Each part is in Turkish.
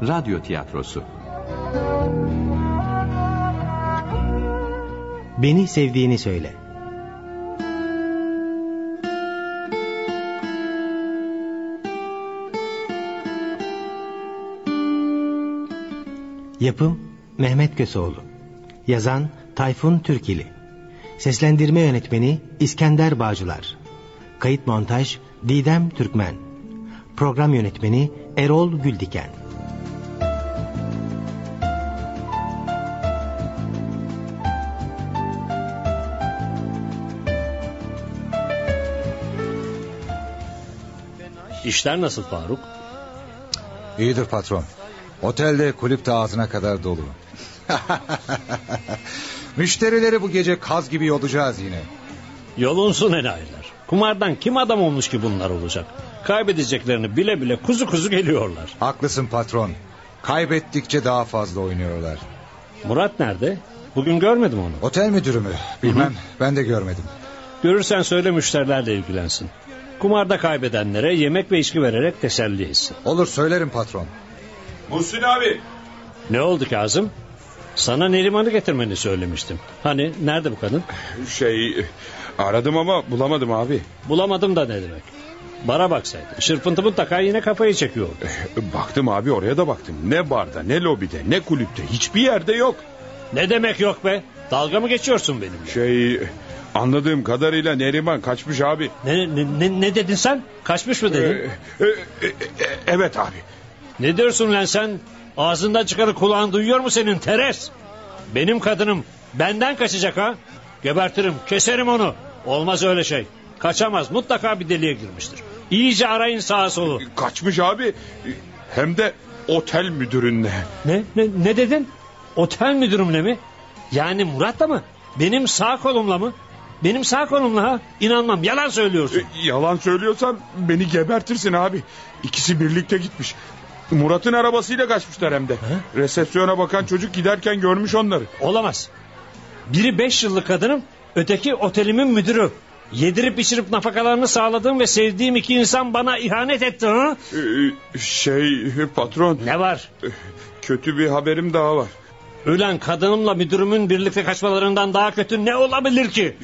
radyo tiyatrosu. Beni sevdiğini söyle. Yapım Mehmet Köseoğlu. Yazan Tayfun Türkili. Seslendirme yönetmeni İskender Bağcılar. Kayıt montaj Didem Türkmen. Program yönetmeni Erol Güldiken. İşler nasıl Faruk? İyidir patron. Otelde, kulüpte ağzına kadar dolu. Müşterileri bu gece kaz gibi yolacağız yine. Yolunsun enayiler. Kumardan kim adam olmuş ki bunlar olacak? Kaybedeceklerini bile bile kuzu kuzu geliyorlar. Haklısın patron. Kaybettikçe daha fazla oynuyorlar. Murat nerede? Bugün görmedim onu. Otel müdürü mü? Bilmem. Ben de görmedim. Görürsen söyle müşterilerle ilgilensin. Kumarda kaybedenlere yemek ve içki vererek teselli etsin. Olur, söylerim patron. Muhsin abi. Ne oldu Kazım? Sana Neriman'ı getirmeni söylemiştim. Hani nerede bu kadın? Aradım ama bulamadım abi. Bulamadım da ne demek? Bara baksaydın. Şırpıntı mutlaka yine kafayı çekiyordu. Baktım abi, oraya da baktım. Ne barda, ne lobide, ne kulüpte, hiçbir yerde yok. Ne demek yok be? Dalga mı geçiyorsun benimle? Anladığım kadarıyla Neriman kaçmış abi. Ne dedin sen? Kaçmış mı dedin? Evet abi. Ne diyorsun lan sen? Ağzından çıkanı kulağın duyuyor mu senin Teres? Benim kadınım benden kaçacak ha? Gebertirim, keserim onu. Olmaz öyle şey. Kaçamaz, mutlaka bir deliğe girmiştir. İyice arayın sağa solu. Kaçmış abi. Hem de otel müdürünle. Ne dedin? Otel müdürümle mi? Yani Murat'la mı? Benim sağ kolumla mı? Benim sağ kolumla ha? İnanmam, yalan söylüyorsun. Yalan söylüyorsan beni gebertirsin abi. İkisi birlikte gitmiş. Murat'ın arabasıyla kaçmışlar hem de. He? Resepsiyona bakan çocuk giderken görmüş onları. Olamaz. Biri 5 yıllık kadınım, öteki otelimin müdürü. Yedirip içirip nafakalarını sağladığım ve sevdiğim iki insan bana ihanet etti ha? Patron. Ne var? Kötü bir haberim daha var. Ulan kadınımla müdürümün birlikte kaçmalarından daha kötü ne olabilir ki?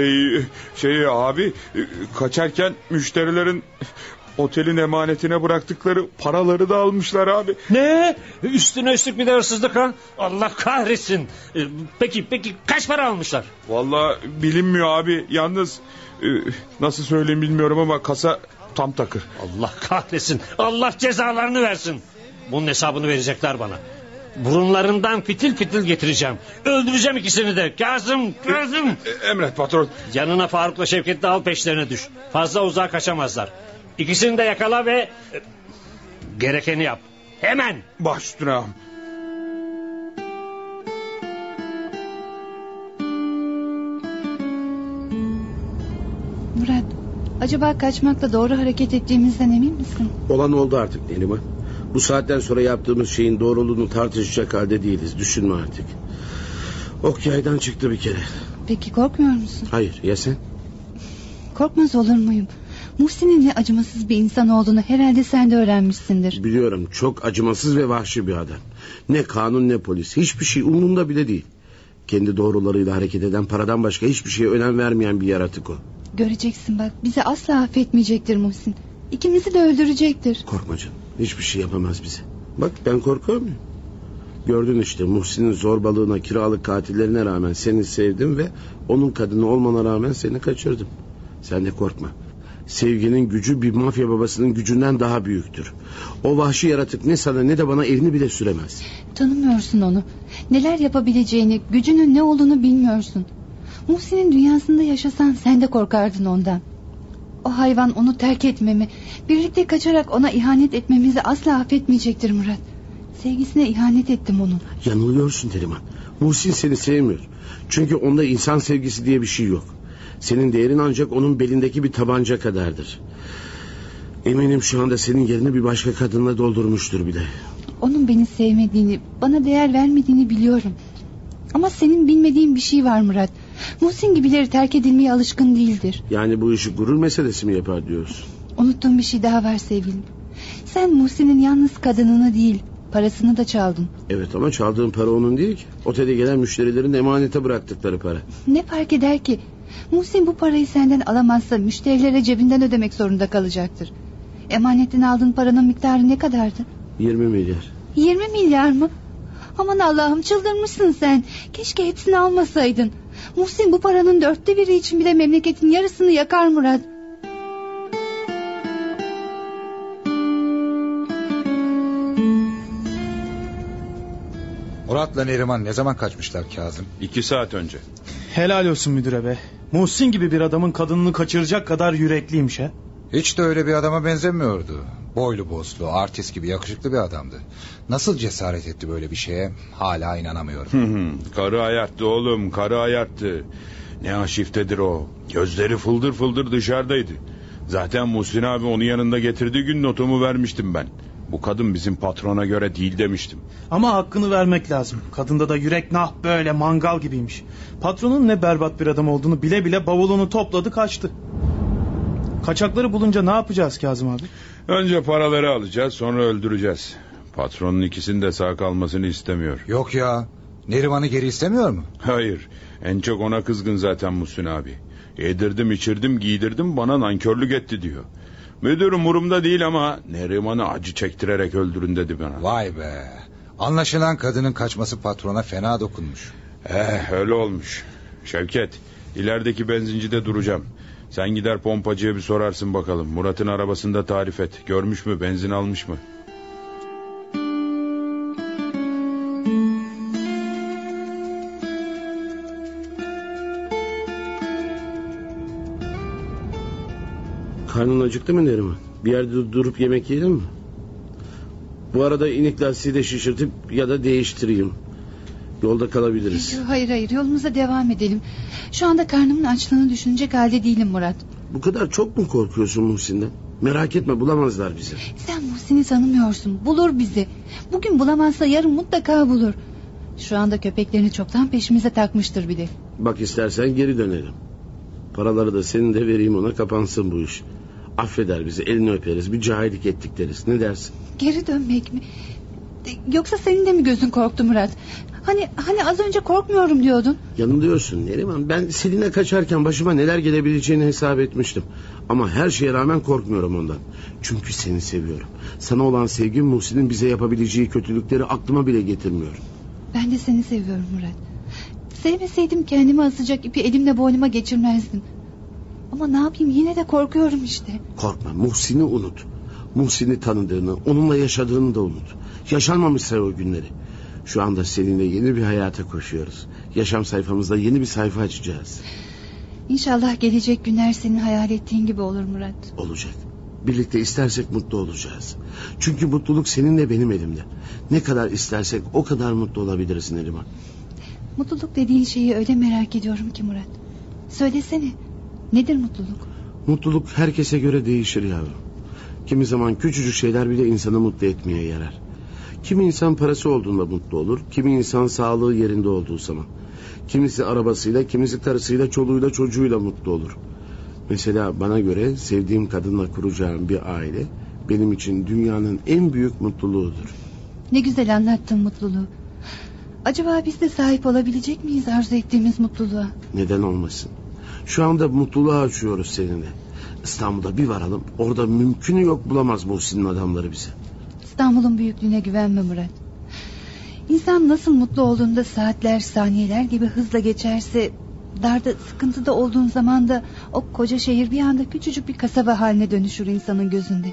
Abi, kaçarken müşterilerin otelin emanetine bıraktıkları paraları da almışlar abi. Ne? Üstüne üstlük bir de hırsızlık ha? Allah kahretsin. Peki kaç para almışlar? Vallahi bilinmiyor abi. Yalnız nasıl söyleyeyim bilmiyorum ama kasa tam takır. Allah kahretsin. Allah cezalarını versin. Bunun hesabını verecekler bana. Burunlarından fitil fitil getireceğim. Öldüreceğim ikisini de. Kazım. Emret patron. Yanına Faruk'la Şevket'i al, peşlerine düş. Fazla uzağa kaçamazlar. İkisini de yakala ve gerekeni yap. Hemen. Baş üstüne ağam. Murat, acaba kaçmakla doğru hareket ettiğimizden emin misin? Olan oldu artık Neriman. Bu saatten sonra yaptığımız şeyin doğruluğunu tartışacak halde değiliz. Düşünme artık. Ok yaydan çıktı bir kere. Peki korkmuyor musun? Hayır, ya sen? Korkmaz olur muyum? Muhsin'in ne acımasız bir insan olduğunu herhalde sen de öğrenmişsindir. Biliyorum, çok acımasız ve vahşi bir adam. Ne kanun ne polis, hiçbir şey umurunda bile değil. Kendi doğrularıyla hareket eden, paradan başka hiçbir şeye önem vermeyen bir yaratık o. Göreceksin bak, bizi asla affetmeyecektir Muhsin. İkimizi de öldürecektir. Korkma canım, hiçbir şey yapamaz bize. Bak ben korkuyor muyum? Gördün işte, Muhsin'in zorbalığına, kiralık katillerine rağmen seni sevdim ve onun kadını olmana rağmen seni kaçırdım. Sen de korkma. Sevginin gücü bir mafya babasının gücünden daha büyüktür. O vahşi yaratık ne sana ne de bana elini bile süremez. Tanımıyorsun onu. Neler yapabileceğini, gücünün ne olduğunu bilmiyorsun. Muhsin'in dünyasında yaşasan sen de korkardın ondan. O hayvan onu terk etmemi, birlikte kaçarak ona ihanet etmemizi asla affetmeyecektir Murat. Sevgisine ihanet ettim onun. Yanılıyorsun Neriman. Muhsin seni sevmiyor. Çünkü onda insan sevgisi diye bir şey yok. Senin değerin ancak onun belindeki bir tabanca kadardır. Eminim şu anda senin yerini bir başka kadınla doldurmuştur bile. Onun beni sevmediğini, bana değer vermediğini biliyorum. Ama senin bilmediğin bir şey var Murat. Muhsin gibileri terk edilmeye alışkın değildir. Yani bu işi gurur meselesi mi yapar diyorsun? Unuttuğum bir şey daha var sevgilim. Sen Muhsin'in yalnız kadınını değil, Parasını da çaldın. Evet ama çaldığım para onun değil ki. Otele gelen müşterilerin emanete bıraktıkları para. Ne fark eder ki? Muhsin bu parayı senden alamazsa müşterilere cebinden ödemek zorunda kalacaktır. Emanetten aldığın paranın miktarı ne kadardı? 20 milyar. 20 milyar mı? Aman Allah'ım, çıldırmışsın sen. Keşke hepsini almasaydın. Muhsin bu paranın 1/4 için bile memleketin yarısını yakar Murat. Murat'la Neriman ne zaman kaçmışlar Kazım? 2 saat önce. Helal olsun müdüre be. Muhsin gibi bir adamın kadınını kaçıracak kadar yürekliymiş ha. Hiç de öyle bir adama benzemiyordu. Boylu boslu, artist gibi yakışıklı bir adamdı. Nasıl cesaret etti böyle bir şeye hala inanamıyorum. Karı ayarttı oğlum, karı ayarttı. Ne aşiftedir o. Gözleri fıldır fıldır dışarıdaydı. Zaten Muhsin abi onu yanında getirdiği gün notumu vermiştim ben. Bu kadın bizim patrona göre değil demiştim. Ama hakkını vermek lazım. Kadında da yürek böyle mangal gibiymiş. Patronun ne berbat bir adam olduğunu bile bile bavulunu topladı kaçtı. Kaçakları bulunca ne yapacağız Kazım abi? Önce paraları alacağız, sonra öldüreceğiz. Patronun ikisinin de sağ kalmasını istemiyor. Yok ya, Neriman'ı geri istemiyor mu? Hayır, en çok ona kızgın zaten Muhsin abi. Yedirdim, içirdim, giydirdim, bana nankörlük etti diyor. Müdür umurumda değil ama Neriman'ı acı çektirerek öldürün dedi bana. Vay be. Anlaşılan kadının kaçması patrona fena dokunmuş. Öyle olmuş. Şevket, ilerideki benzincide duracağım. Sen gider pompacıya bir sorarsın bakalım. Murat'ın arabasında tarif et. Görmüş mü, benzin almış mı? Karnın acıktı mı Neriman? Bir yerde durup yemek yiyelim mi? Bu arada inek lastiği de şişirtip ya da değiştireyim. Yolda kalabiliriz. Hayır, yolumuza devam edelim. Şu anda karnımın açlığını düşünecek halde değilim Murat. Bu kadar çok mu korkuyorsun Muhsin'den? Merak etme, bulamazlar bizi. Sen Muhsin'i tanımıyorsun. Bulur bizi. Bugün bulamazsa yarın mutlaka bulur. Şu anda köpeklerini çoktan peşimize takmıştır bile. Bak istersen geri dönelim. Paraları da senin de vereyim ona, kapansın bu iş. Affeder bizi, elini öperiz, bir cahillik ettik deriz. Ne dersin? Geri dönmek mi? Yoksa senin de mi gözün korktu Murat? Hani az önce korkmuyorum diyordun. Yanılıyorsun Neriman. Ben Selin'e kaçarken başıma neler gelebileceğini hesap etmiştim. Ama her şeye rağmen korkmuyorum ondan. Çünkü seni seviyorum. Sana olan sevgim Muhsin'in bize yapabileceği kötülükleri aklıma bile getirmiyor. Ben de seni seviyorum Murat. Sevmeseydim kendimi asacak ipi elimle boynuma geçirmezdim. Ama ne yapayım, yine de korkuyorum işte. Korkma, Muhsin'i unut. Muhsin'i tanıdığını, onunla yaşadığını da unut. Yaşanmamışsa o günleri. Şu anda seninle yeni bir hayata koşuyoruz. Yaşam sayfamızda yeni bir sayfa açacağız. İnşallah gelecek günler senin hayal ettiğin gibi olur Murat. Olacak. Birlikte istersek mutlu olacağız. Çünkü mutluluk seninle benim elimde. Ne kadar istersek o kadar mutlu olabiliriz Neriman. Mutluluk dediğin şeyi öyle merak ediyorum ki Murat. Söylesene, nedir mutluluk? Mutluluk herkese göre değişir yavrum. Kimi zaman küçücük şeyler bile insanı mutlu etmeye yarar. Kimi insan parası olduğunda mutlu olur. Kimi insan sağlığı yerinde olduğu zaman. Kimisi arabasıyla, kimisi karısıyla, çoluğuyla, çocuğuyla mutlu olur. Mesela bana göre sevdiğim kadınla kuracağım bir aile benim için dünyanın en büyük mutluluğudur. Ne güzel anlattın mutluluğu. Acaba biz de sahip olabilecek miyiz arzu ettiğimiz mutluluğa? Neden olmasın? Şu anda mutluluğa açıyoruz seninle. İstanbul'a bir varalım, orada mümkünü yok bulamaz Muhsin'in adamları bize. İstanbul'un büyüklüğüne güvenme Murat. İnsan nasıl mutlu olduğunda saatler, saniyeler gibi hızla geçerse, darda, sıkıntıda olduğun zaman da o koca şehir bir anda küçücük bir kasaba haline dönüşür insanın gözünde.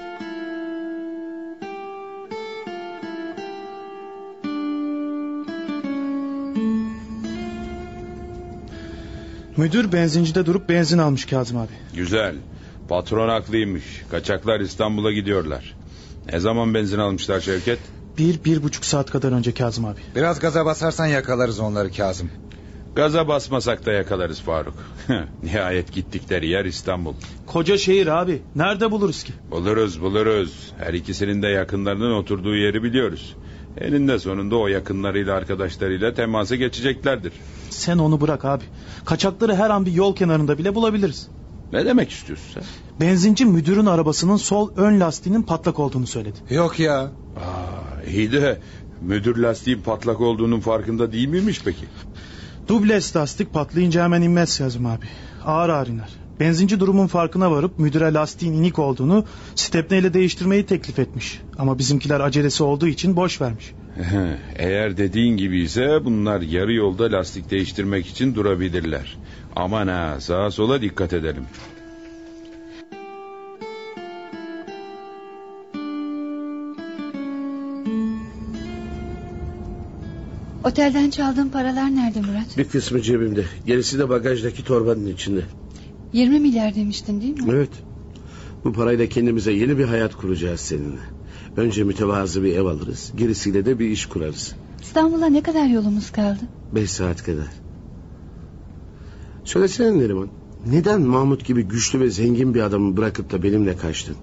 Müdür benzincide durup benzin almış Kazım abi. Güzel. Patron haklıymış. Kaçaklar İstanbul'a gidiyorlar. Ne zaman benzin almışlar Şevket? 1-1,5 saat kadar önce Kazım abi. Biraz gaza basarsan yakalarız onları Kazım. Gaza basmasak da yakalarız Faruk. Nihayet gittikleri yer İstanbul. Koca şehir abi. Nerede buluruz ki? Buluruz. Her ikisinin de yakınlarının oturduğu yeri biliyoruz. Eninde sonunda o yakınlarıyla, arkadaşlarıyla temasa geçeceklerdir. Sen onu bırak abi. Kaçakları her an bir yol kenarında bile bulabiliriz. Ne demek istiyorsun sen? Benzinci müdürün arabasının sol ön lastiğinin patlak olduğunu söyledi. Yok ya. İyi de müdür lastiğin patlak olduğunun farkında değil miymiş peki? Dubles lastik patlayınca hemen inmez Kazım abi. Ağır ağır iner. Benzinci durumun farkına varıp müdüre lastiğin inik olduğunu stepneyle değiştirmeyi teklif etmiş. Ama bizimkiler acelesi olduğu için boş vermiş. Eğer dediğin gibi ise bunlar yarı yolda lastik değiştirmek için durabilirler. Aman ha, sağa sola dikkat edelim. Otelden çaldığın paralar nerede Murat? Bir kısmı cebimde. Gerisi de bagajdaki torbanın içinde. 20 milyar demiştin değil mi? Evet. Bu parayla kendimize yeni bir hayat kuracağız seninle. Önce mütevazı bir ev alırız. Gerisiyle de bir iş kurarız. İstanbul'a ne kadar yolumuz kaldı? 5 saat kadar. Söylesene Neriman. Neden Mahmut gibi güçlü ve zengin bir adamı bırakıp da benimle kaçtın?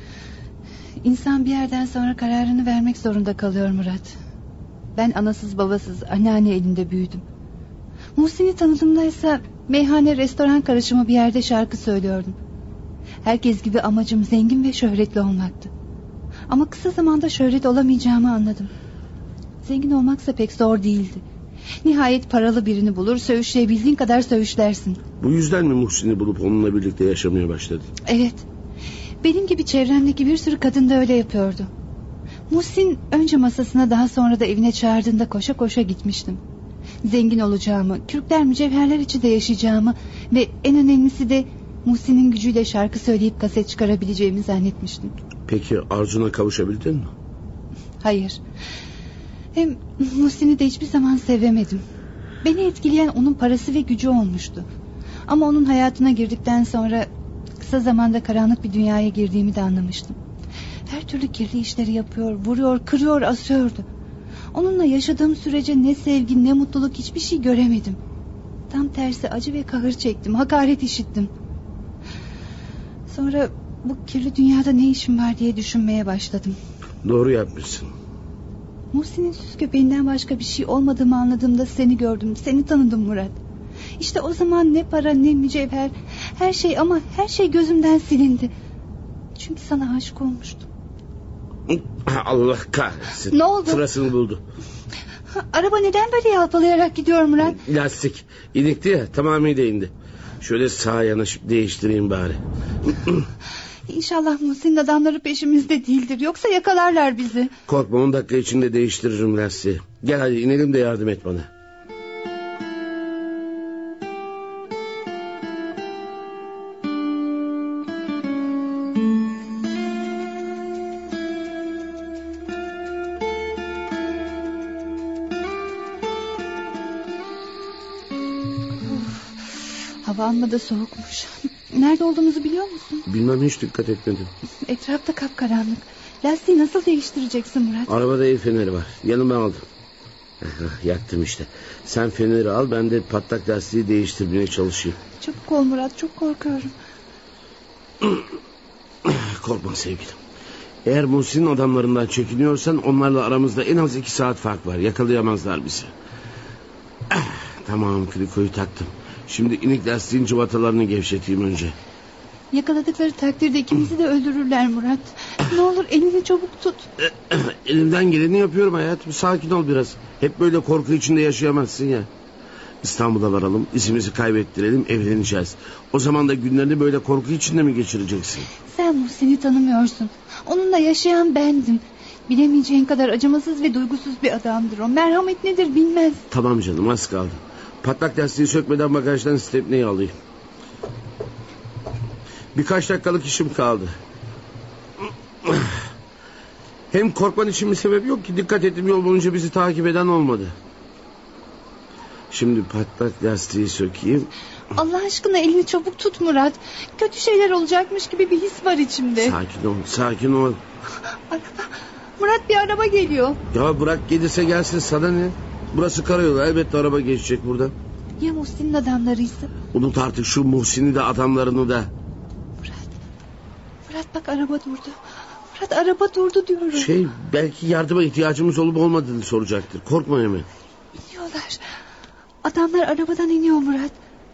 İnsan bir yerden sonra kararını vermek zorunda kalıyor Murat. Ben anasız babasız anneanne elinde büyüdüm. Muhsin'i tanıdığımdaysa meyhane restoran karışımı bir yerde şarkı söylüyordum. Herkes gibi amacım zengin ve şöhretli olmaktı. Ama kısa zamanda şöhret olamayacağımı anladım. Zengin olmaksa pek zor değildi. Nihayet paralı birini bulur, söğüşleyebildiğin kadar söğüşlersin. Bu yüzden mi Muhsin'i bulup onunla birlikte yaşamaya başladın? Evet. Benim gibi çevremdeki bir sürü kadın da öyle yapıyordu. Muhsin önce masasına, daha sonra da evine çağırdığında koşa koşa gitmiştim. Zengin olacağımı, kürkler mücevherler içinde yaşayacağımı ve en önemlisi de Muhsin'in gücüyle şarkı söyleyip kaset çıkarabileceğimi zannetmiştim. Peki arzuna kavuşabildin mi? Hayır. Hem Muhsin'i de hiçbir zaman sevemedim. Beni etkileyen onun parası ve gücü olmuştu. Ama onun hayatına girdikten sonra kısa zamanda karanlık bir dünyaya girdiğimi de anlamıştım. Her türlü kirli işleri yapıyor, vuruyor, kırıyor, asıyordu. Onunla yaşadığım sürece ne sevgi ne mutluluk, hiçbir şey göremedim. Tam tersi acı ve kahır çektim, hakaret işittim. Sonra bu kirli dünyada ne işim var diye düşünmeye başladım. Doğru yapmışsın. Muhsin'in süs köpeğinden başka bir şey olmadığımı anladığımda seni gördüm, seni tanıdım Murat. İşte o zaman ne para ne mücevher, her şey, ama her şey gözümden silindi. Çünkü sana aşık olmuştum. Allah kahretsin. Ne oldu? Sırasını buldu. Araba neden böyle yalpalayarak gidiyor Murat? Lastik inikti ya, tamamıyla indi. Şöyle sağa yanaşıp değiştireyim bari. İnşallah Muhsin'in adamları peşimizde değildir, yoksa yakalarlar bizi. Korkma, 10 dakika içinde değiştiririm lastiği. Gel hadi inelim de yardım et bana. Hava amma da soğukmuş. Nerede olduğumuzu biliyor musun? Bilmem, hiç dikkat etmedim. Etrafta kapkaranlık. Lastiği nasıl değiştireceksin Murat? Arabada el feneri var, yanıma aldım. Yaktım işte. Sen feneri al, ben de patlak lastiği değiştirmeye çalışayım. Çabuk ol Murat, çok korkuyorum. Korkma sevgilim. Eğer Muhsin'in adamlarından çekiniyorsan onlarla aramızda en az 2 saat fark var. Yakalayamazlar bizi. Tamam, krikoyu taktım. Şimdi inik lastiğin cıvatalarını gevşeteyim önce. Yakaladıkları takdirde ikimizi de öldürürler Murat. Ne olur elini çabuk tut. Elimden geleni yapıyorum hayatım. Sakin ol biraz. Hep böyle korku içinde yaşayamazsın ya. İstanbul'a varalım, izimizi kaybettirelim, evleneceğiz. O zaman da günlerini böyle korku içinde mi geçireceksin? Sen Muhsin'i tanımıyorsun. Onunla yaşayan bendim. Bilemeyeceğin kadar acımasız ve duygusuz bir adamdır o. Merhamet nedir bilmez. Tamam canım, az kaldı. Patlak lastiği sökmeden bagajdan stepneyi alayım. Birkaç dakikalık işim kaldı. Hem korkman için bir sebep yok ki. Dikkat ettim, yol boyunca bizi takip eden olmadı. Şimdi patlak lastiği sökeyim. Allah aşkına elini çabuk tut Murat. Kötü şeyler olacakmış gibi bir his var içimde. Sakin ol, sakin ol. Araba. Murat, bir araba geliyor. Ya bırak, gelirse gelsin, sana ne? Burası karayolu, elbette araba geçecek burada. Ya Muhsin'in adamlarıysa? Unut artık şu Muhsin'i de adamlarını da. Murat bak, araba durdu. Murat, araba durdu diyorum. Belki yardıma ihtiyacımız olup olmadığını soracaktır. Korkma hemen. İniyorlar. Adamlar arabadan iniyor Murat.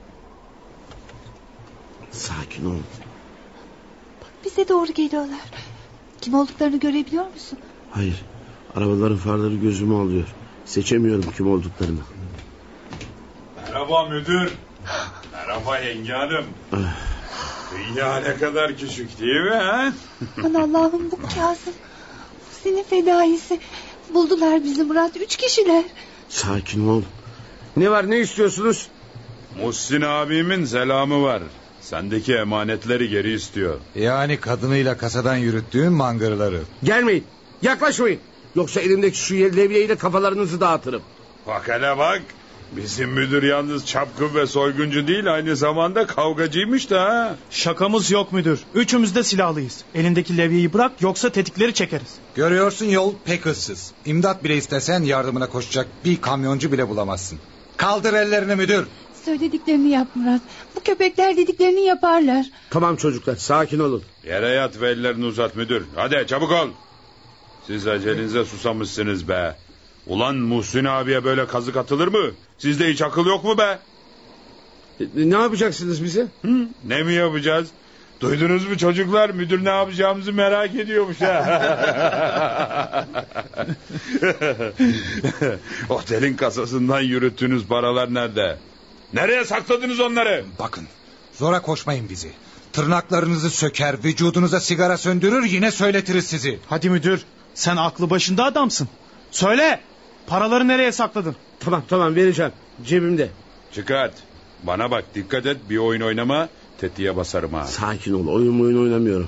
Sakin ol. Bak, bize doğru geliyorlar. Kim olduklarını görebiliyor musun? Hayır. Arabaların farları gözümü alıyor. Seçemiyorum kim olduklarını. Merhaba müdür. Merhaba yenge hanım. Dünya ne kadar küçük değil mi ha? Aman Allah'ım, bu Kazım. Senin fedaisi. Buldular bizi Murat, 3 kişiler. Sakin ol. Ne var, ne istiyorsunuz? Muhsin abimin selamı var. Sendeki emanetleri geri istiyor. Yani kadınıyla kasadan yürüttüğün mangırları. Gelmeyin, yaklaşmayın. Yoksa elimdeki şu levyeyle kafalarınızı dağıtırım. Bak hele bak. Bizim müdür yalnız çapkın ve soyguncu değil, aynı zamanda kavgacıymış da ha. Şakamız yok müdür. Üçümüz de silahlıyız. Elindeki levyeyi bırak, yoksa tetikleri çekeriz. Görüyorsun, yol pek ıssız. İmdat bile istesen yardımına koşacak bir kamyoncu bile bulamazsın. Kaldır ellerini müdür. Söylediklerini yap Murat. Bu köpekler dediklerini yaparlar. Tamam çocuklar, sakin olun. Yere yat ve ellerini uzat müdür. Hadi çabuk ol. Siz acelinize susamışsınız be. Ulan Muhsin abiye böyle kazık atılır mı? Sizde hiç akıl yok mu be? Ne yapacaksınız bize? Ne mi yapacağız? Duydunuz mu çocuklar? Müdür ne yapacağımızı merak ediyormuş ha. Otelin kasasından yürüttüğünüz paralar nerede? Nereye sakladınız onları? Bakın, zora koşmayın bizi. Tırnaklarınızı söker, vücudunuza sigara söndürür, yine söyletiriz sizi. Hadi müdür, sen aklı başında adamsın. Söyle, paraları nereye sakladın? Tamam vereceğim, cebimde. Çıkart. Bana bak, dikkat et, bir oyun oynama, tetiğe basarım ha. Sakin ol, oyun oynamıyorum.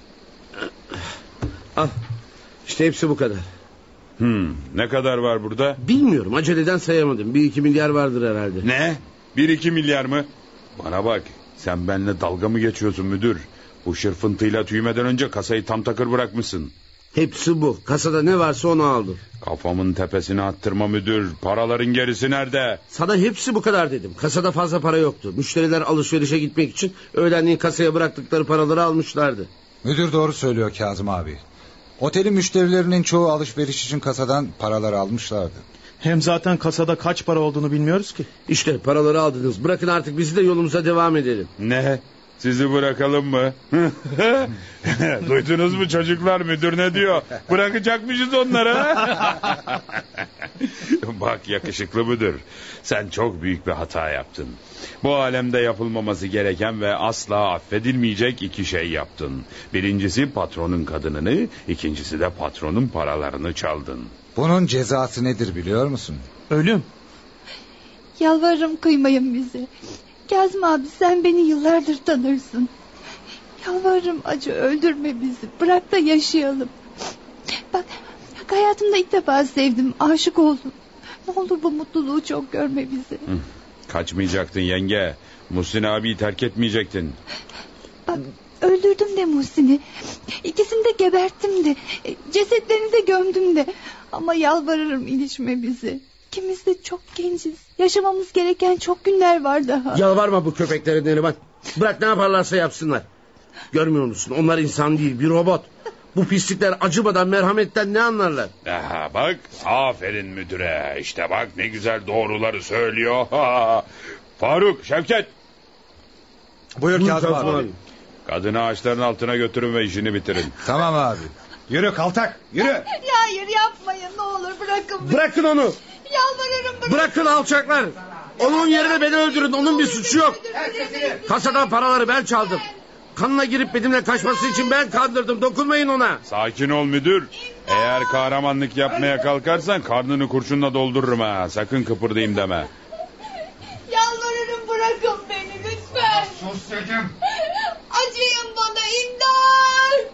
Al, işte hepsi bu kadar. Ne kadar var burada? Bilmiyorum, aceleden sayamadım. 1-2 milyar vardır herhalde. Ne? 1-2 milyar mı? Bana bak, sen benimle dalga mı geçiyorsun müdür? Bu şırfıntıyla tüymeden önce kasayı tam takır bırakmışsın. Hepsi bu. Kasada ne varsa onu aldım. Kafamın tepesine attırma müdür. Paraların gerisi nerede? Sana hepsi bu kadar dedim. Kasada fazla para yoktu. Müşteriler alışverişe gitmek için öğlenleyin kasaya bıraktıkları paraları almışlardı. Müdür doğru söylüyor Kazım abi. Otelin müşterilerinin çoğu alışveriş için kasadan paraları almışlardı. Hem zaten kasada kaç para olduğunu bilmiyoruz ki. İşte paraları aldınız. Bırakın artık bizi de yolumuza devam edelim. Ne? Sizi bırakalım mı? Duydunuz mu çocuklar, müdür ne diyor? Bırakacakmışız onları. Bak yakışıklı müdür, sen çok büyük bir hata yaptın. Bu alemde yapılmaması gereken ve asla affedilmeyecek 2 şey yaptın. Birincisi patronun kadınını, ikincisi de patronun paralarını çaldın. Bunun cezası nedir biliyor musun? Ölüm. Yalvarırım, kıymayın bizi. Kazım abi, sen beni yıllardır tanırsın. Yalvarırım, acı öldürme bizi. Bırak da yaşayalım. Bak hayatımda ilk defa sevdim, aşık oldum. Ne olur bu mutluluğu çok görme bizi. Kaçmayacaktın yenge. Muhsin abiyi terk etmeyecektin. Bak öldürdüm de Muhsin'i. İkisini de geberttim de. Cesetlerini de gömdüm de. Ama yalvarırım, ilişme bizi. İkimiz de çok genciz. Yaşamamız gereken çok günler var daha. Yalvarma bu köpeklere Neriman. Bırak, ne yaparlarsa yapsınlar. Görmüyor musun? Onlar insan değil, bir robot. Bu pislikler acımadan, merhametten ne anlarlar? Aha, bak, aferin müdüre. İşte bak ne güzel doğruları söylüyor. Faruk, Şevket. Buyur Kazım abi. Kadını ağaçların altına götürün ve işini bitirin. Tamam abi. Yürü kaltak, yürü. Hayır, yapmayın, ne olur bırakın beni. Bırakın onu. Yalvarırım, bırakın. Bırakın alçaklar. Onun yerine beni öldürün. Onun bir suçu yok. Kasadan paraları ben çaldım. Kanına girip benimle kaçması için ben kandırdım. Dokunmayın ona. Sakin ol müdür. Eğer kahramanlık yapmaya kalkarsan karnını kurşunla doldururum ha. Sakın kıpırdayım deme. Yalvarırım, bırakın beni lütfen. Sus dedim. Acıyın bana, imdat.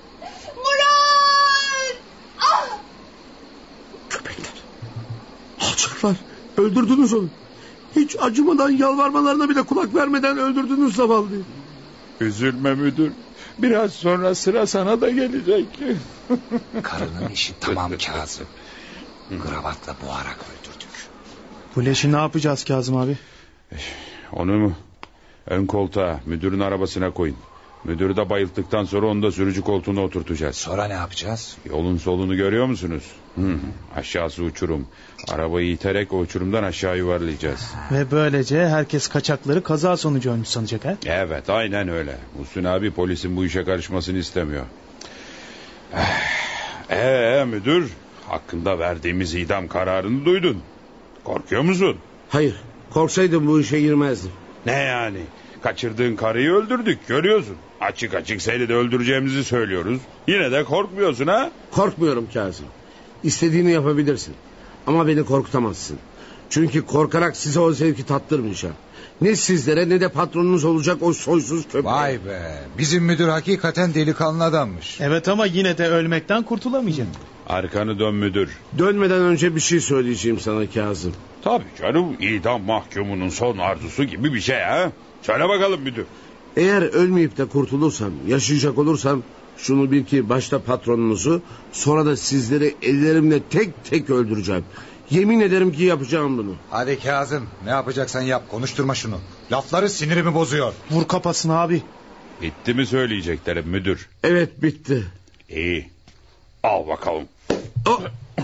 Murat. Ah! Köpekler. Alçaklar. Öldürdünüz onu. Hiç acımadan, yalvarmalarına bile kulak vermeden öldürdünüz zavallıyı. Üzülme müdür. Biraz sonra sıra sana da gelecek. Karının işi tamam Kazım. Kravatla boğarak öldürdük. Bu leşi ne yapacağız Kazım abi? Onu ön koltuğa, müdürün arabasına koyun. Müdürü de bayılttıktan sonra onu da sürücü koltuğuna oturtacağız. Sonra ne yapacağız? Yolun solunu görüyor musunuz? Aşağısı uçurum. Arabayı iterek o uçurumdan aşağı yuvarlayacağız. Ve böylece herkes kaçakları kaza sonucu ölmüş sanacak ha? Evet, aynen öyle. Muhsin abi polisin bu işe karışmasını istemiyor. Müdür, hakkında verdiğimiz idam kararını duydun. Korkuyor musun? Hayır, korksaydım bu işe girmezdim. Ne yani? Kaçırdığın karıyı öldürdük, görüyorsun. Açık açık seni de öldüreceğimizi söylüyoruz. Yine de korkmuyorsun ha? Korkmuyorum Kazım. İstediğini yapabilirsin. Ama beni korkutamazsın. Çünkü korkarak size o zevki tattırmayacağım. Ne sizlere ne de patronunuz olacak o soysuz köpeğe. Vay be, bizim müdür hakikaten delikanlı adammış. Evet ama yine de ölmekten kurtulamayacak. Arkanı dön müdür. Dönmeden önce bir şey söyleyeceğim sana Kazım. Tabii canım, idam mahkumunun son arzusu gibi bir şey ha. Söyle bakalım müdür. Eğer ölmeyip de kurtulursam, yaşayacak olursam, şunu bil ki başta patronunuzu, sonra da sizleri ellerimle tek tek öldüreceğim. Yemin ederim ki yapacağım bunu. Hadi Kazım, ne yapacaksan yap, konuşturma şunu. Lafları sinirimi bozuyor. Vur kafasına abi. Bitti mi söyleyeceklerim müdür? Evet, bitti. İyi. Al bakalım. Oh.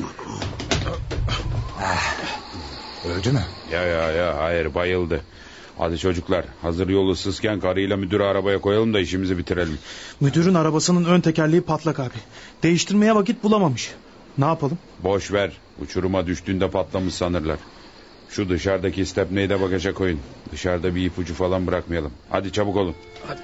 Öldü mü? Ya hayır, bayıldı. Hadi çocuklar, hazır yol ıssızken karıyla müdürü arabaya koyalım da işimizi bitirelim. Müdürün arabasının ön tekerleği patlak abi. Değiştirmeye vakit bulamamış. Ne yapalım? Boş ver. Uçuruma düştüğünde patlamış sanırlar. Şu dışarıdaki stepneyi de bagaja koyun. Dışarıda bir ipucu falan bırakmayalım. Hadi çabuk olun. Hadi.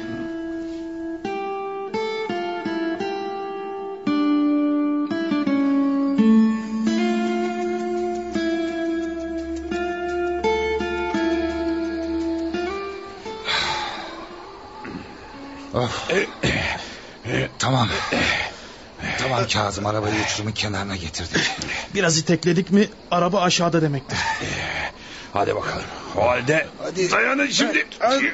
Tamam. Tamam Kazım, arabayı uçurumun kenarına getirdik. Biraz itekledik mi araba aşağıda demektir. Hadi bakalım. O halde hadi. Dayanın şimdi.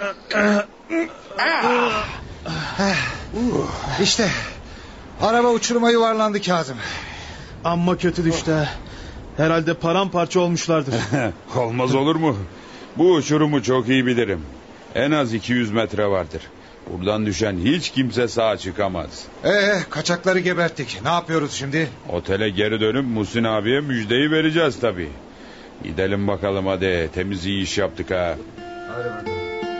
İşte araba uçuruma yuvarlandı Kazım. Amma kötü düştü ha. Herhalde paramparça olmuşlardır. Olmaz olur mu? Bu uçurumu çok iyi bilirim. En az 200 metre vardır. Buradan düşen hiç kimse sağ çıkamaz. Kaçakları geberttik. Ne yapıyoruz şimdi? Otele geri dönüp Muhsin abiye müjdeyi vereceğiz tabii. Gidelim bakalım hadi. Temiz iyi iş yaptık ha. Hadi bakalım.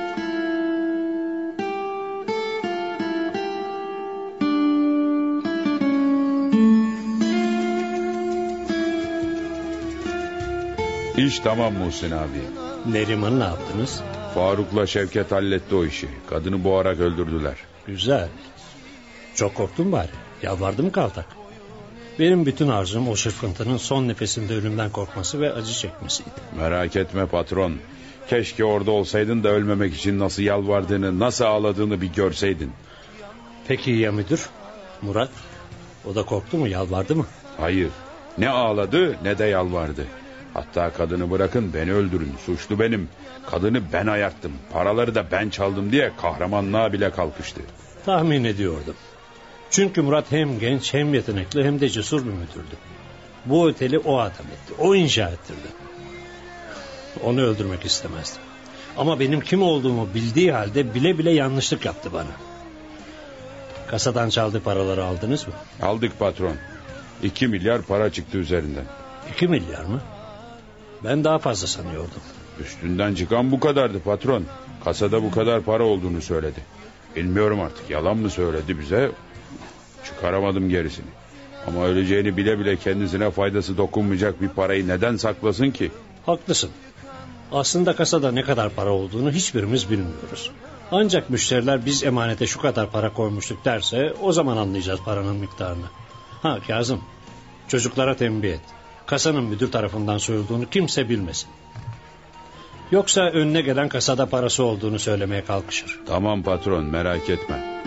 İş tamam Muhsin abi. Neriman'ı ne yaptınız? Faruk'la Şevket halletti o işi. Kadını boğarak öldürdüler. Güzel. Çok korktun bari. Yalvardı mı Kaltak? Benim bütün arzum o şırfıntının son nefesinde ölümden korkması ve acı çekmesiydi. Merak etme patron. Keşke orada olsaydın da ölmemek için nasıl yalvardığını, nasıl ağladığını bir görseydin. Peki ya müdür? Murat? O da korktu mu, yalvardı mı? Hayır. Ne ağladı ne de yalvardı. Hatta kadını bırakın, beni öldürün, suçlu benim. Kadını ben ayarttım, paraları da ben çaldım diye kahramanlığa bile kalkıştı. Tahmin ediyordum. Çünkü Murat hem genç hem yetenekli hem de cesur bir müdürdü. Bu oteli o adam etti, o inşa ettirdi. Onu öldürmek istemezdim. Ama benim kim olduğumu bildiği halde bile bile yanlışlık yaptı bana. Kasadan çaldığı paraları aldınız mı? Aldık patron. 2 milyar para çıktı üzerinden. 2 milyar mı? Ben daha fazla sanıyordum. Üstünden çıkan bu kadardı patron. Kasada bu kadar para olduğunu söyledi. Bilmiyorum artık, yalan mı söyledi bize, çıkaramadım gerisini. Ama öleceğini bile bile kendisine faydası dokunmayacak bir parayı neden saklasın ki? Haklısın. Aslında kasada ne kadar para olduğunu hiçbirimiz bilmiyoruz. Ancak müşteriler biz emanete şu kadar para koymuştuk derse o zaman anlayacağız paranın miktarını. Ha Kazım, çocuklara tembih et. Kasanın müdür tarafından soyulduğunu kimse bilmesin. Yoksa önüne gelen kasada parası olduğunu söylemeye kalkışır. Tamam patron, merak etme.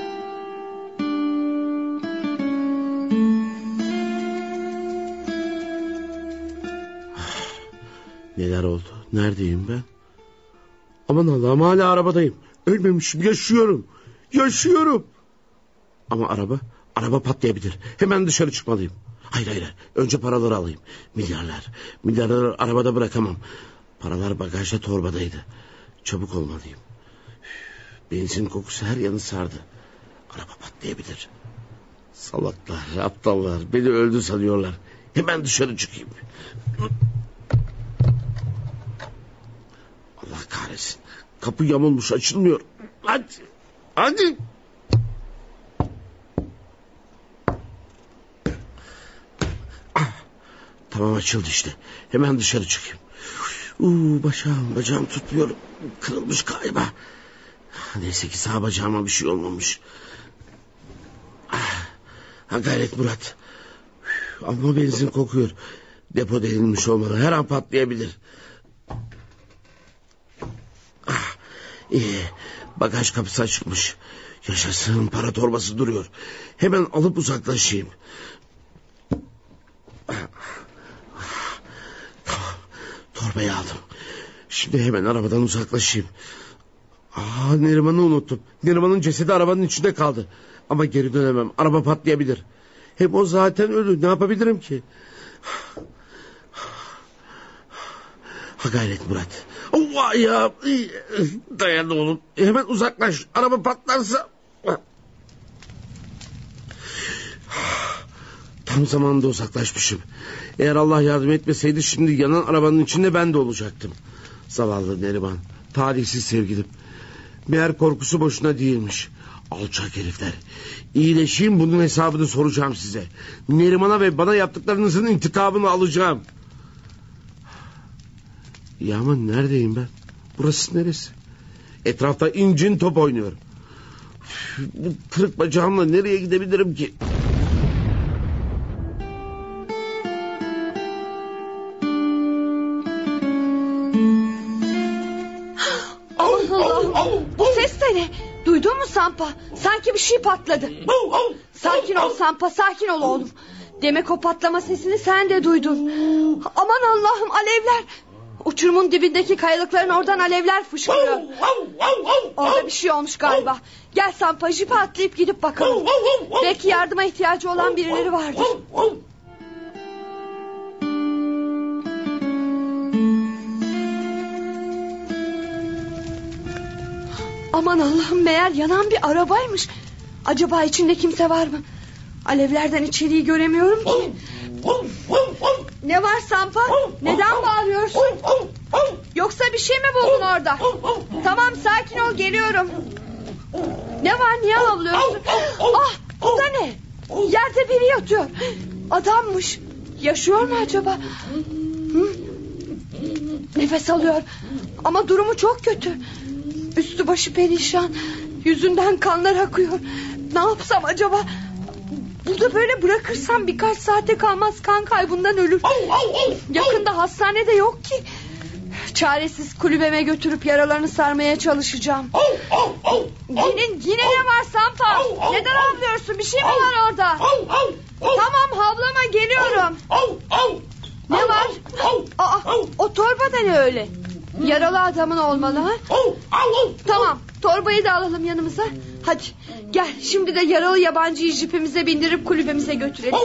Neler oldu? Neredeyim ben? Aman Allah'ım, hala arabadayım. Ölmemişim, yaşıyorum. Yaşıyorum. Ama araba patlayabilir. Hemen dışarı çıkmalıyım. Hayır. Önce paraları alayım. Milyarları arabada bırakamam. Paralar bagajda, torbadaydı. Çabuk olmalıyım. Benzin kokusu her yanı sardı. Araba patlayabilir. Salaklar, aptallar. Beni öldü sanıyorlar. Hemen dışarı çıkayım. Allah kahretsin. Kapı yamulmuş, açılmıyor. Hadi. Tamam, açıldı işte. Hemen dışarı çıkayım. Bacağım tutmuyor. Kırılmış galiba. Neyse ki sağ bacağıma bir şey olmamış. Gayret Murat. Ama benzin kokuyor. Depo delinmiş olmalı. Her an patlayabilir. İyi. Bagaj kapısı açılmış. Yaşasın, para torbası duruyor. Hemen alıp uzaklaşayım. Tamam. Torbayı aldım. Şimdi hemen arabadan uzaklaşayım. Neriman'ı unuttum. Neriman'ın cesedi arabanın içinde kaldı. Ama geri dönemem. Araba patlayabilir. Hem o zaten ölü. Ne yapabilirim ki? Gayret Murat. Allah ya. Dayan oğlum. Hemen uzaklaş. Araba patlarsa. Tam zamanında uzaklaşmışım. Eğer Allah yardım etmeseydi şimdi yanan arabanın içinde ben de olacaktım. Zavallı Neriman. Talihsiz sevgilim. Meğer korkusu boşuna değilmiş. Alçak herifler. İyileşeyim, bunun hesabını soracağım size. Neriman'a ve bana yaptıklarınızın intikamını alacağım. Ya ama neredeyim ben? Burası neresi? Etrafta incin top oynuyor. Bu kırık bacağımla nereye gidebilirim ki? Allah'ım, bu ses de ne? Duydun mu Sampa? Sanki bir şey patladı. Sakin ol Sampa, sakin ol oğlum. Demek o patlama sesini sen de duydun. Aman Allah'ım, alevler. Uçurumun dibindeki kayalıkların oradan alevler fışkırıyor. Orada bir şey olmuş galiba. Gel Sampa, jipe atlayıp gidip bakalım. Belki yardıma ihtiyacı olan birileri vardır. Aman Allah'ım, meğer yanan bir arabaymış. Acaba içinde kimse var mı? Alevlerden içeriği göremiyorum ki. Ne var Sampa? Neden bağırıyorsun? Yoksa bir şey mi buldun orada? Tamam, sakin ol, geliyorum. Ne var, niye havlıyorsun? Bu da ne? Yerde biri yatıyor. Adammış. Yaşıyor mu acaba? Nefes alıyor. Ama durumu çok kötü. Üstü başı perişan. Yüzünden kanlar akıyor. Ne yapsam acaba? Burada böyle bırakırsam birkaç saate kalmaz kan kaybından ölür. Yakında hastanede yok ki. Çaresiz kulübeme götürüp yaralarını sarmaya çalışacağım. Yine ne var Sampa? Neden havlıyorsun? Bir şey mi var orada? Tamam, havlama, geliyorum. Ne var? O torba da ne öyle? Yaralı adamın olmalı ha? Tamam, torbayı da alalım yanımıza. Hadi gel, şimdi de yaralı yabancıyı jipimize bindirip kulübemize götürelim.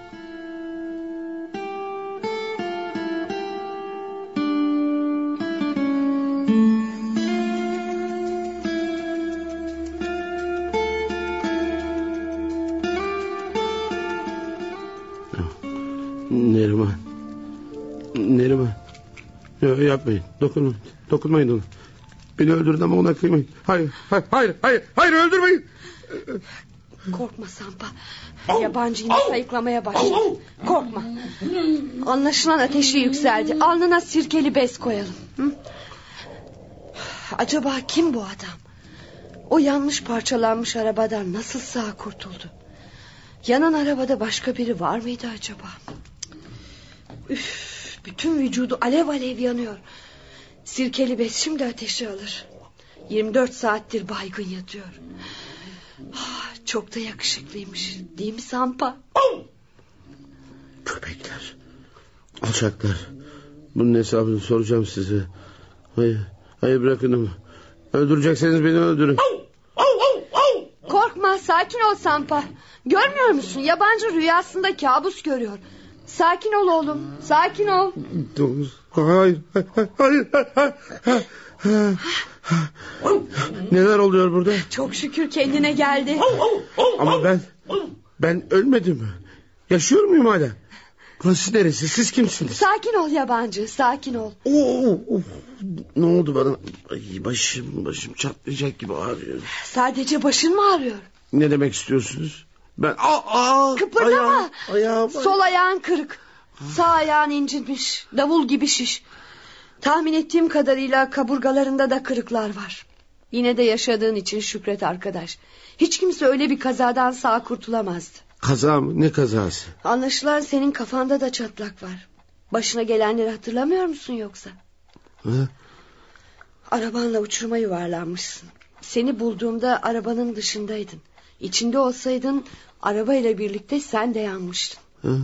Neriman. Yapmayın, dokunmayın ona. Beni öldürün ama ona kıymayın. Hayır, öldürmeyin. Korkma Sampa. Yabancıyı sayıklamaya başladı. Korkma. Anlaşılan ateşi yükseldi. Alnına sirkeli bez koyalım. Acaba kim bu adam? O yanmış parçalanmış arabadan nasıl sağ kurtuldu? Yanan arabada başka biri var mıydı acaba? Bütün vücudu alev alev yanıyor. Sirkeli bez şimdi ateşi alır. 24 saattir baygın yatıyor. Çok da yakışıklıymış, değil mi Sampa? Köpekler, alçaklar. Bunun hesabını soracağım size. Hayır, bırakın onu. Öldürecekseniz beni öldürün. Korkma, sakin ol Sampa. Görmüyor musun? Yabancı rüyasında kabus görüyor. Sakin ol oğlum, sakin ol. Hayır. Neler oluyor burada? Çok şükür kendine geldi. Ama ben ölmedim. Yaşıyor muyum hala? Burası neresi? Siz kimsiniz? Sakin ol yabancı, sakin ol. Ne oldu bana? Başım çatlayacak gibi ağrıyor. Sadece başın mı ağrıyor? Ne demek istiyorsunuz? Ben kıpırdama. Ayağım. Sol ayağın kırık. Sağ ayağın incinmiş, davul gibi şiş. Tahmin ettiğim kadarıyla kaburgalarında da kırıklar var. Yine de yaşadığın için şükret arkadaş. Hiç kimse öyle bir kazadan sağ kurtulamazdı. Kaza mı? Ne kazası? Anlaşılan senin kafanda da çatlak var. Başına gelenleri hatırlamıyor musun yoksa? Ha? Arabanla uçuruma yuvarlanmışsın. Seni bulduğumda arabanın dışındaydın. İçinde olsaydın arabayla birlikte sen de yanmıştın.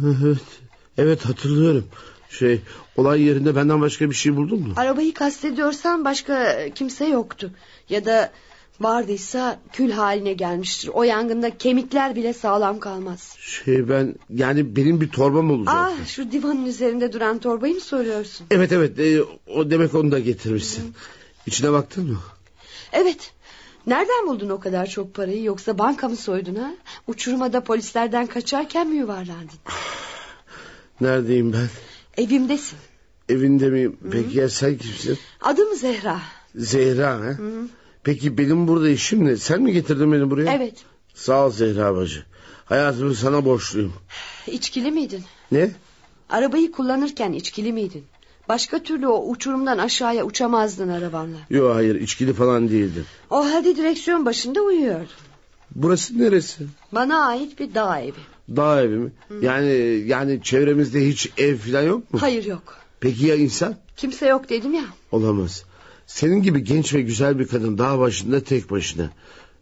Evet hatırlıyorum. Olay yerinde benden başka bir şey buldun mu? Arabayı kastediyorsan başka kimse yoktu. Ya da vardıysa kül haline gelmiştir. O yangında kemikler bile sağlam kalmaz. Benim bir torbam olacak. Şu divanın üzerinde duran torbayı mı soruyorsun? Evet. O demek onu da getirmişsin. İçine baktın mı? Evet. Nereden buldun o kadar çok parayı? Yoksa banka mı soydun ha? Uçurumada polislerden kaçarken mi yuvarlandın? Neredeyim ben? Evimdesin. Evinde miyim? Peki ya sen kimsin? Adım Zehra. Zehra ha? Peki benim burada işim ne? Sen mi getirdin beni buraya? Evet. Sağ ol Zehra bacı. Hayatımı sana borçluyum. İçkili miydin? Ne? Arabayı kullanırken içkili miydin? Başka türlü o uçurumdan aşağıya uçamazdın arabanla. Yok hayır, içkili falan değildim. O halde direksiyon başında uyuyordun. Burası neresi? Bana ait bir dağ evi. Dağ evi mi? Yani çevremizde hiç ev falan yok mu? Hayır yok. Peki ya insan? Kimse yok dedim ya. Olamaz. Senin gibi genç ve güzel bir kadın dağ başında tek başına.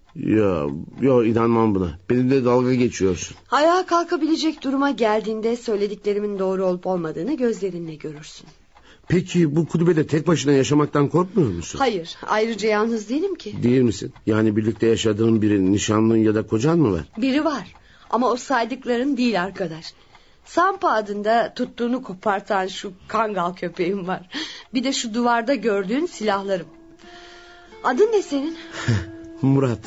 Yok inanmam buna. Benimle dalga geçiyorsun. Ayağa kalkabilecek duruma geldiğinde söylediklerimin doğru olup olmadığını gözlerinle görürsün. Peki bu kulübede tek başına yaşamaktan korkmuyor musun? Hayır, ayrıca yalnız değilim ki. Değil misin? Yani birlikte yaşadığın biri, nişanlın ya da kocan mı var? Biri var ama o saydıkların değil arkadaş. Sampa adında tuttuğunu kopartan şu kangal köpeğim var. Bir de şu duvarda gördüğün silahlarım. Adın ne senin? Murat.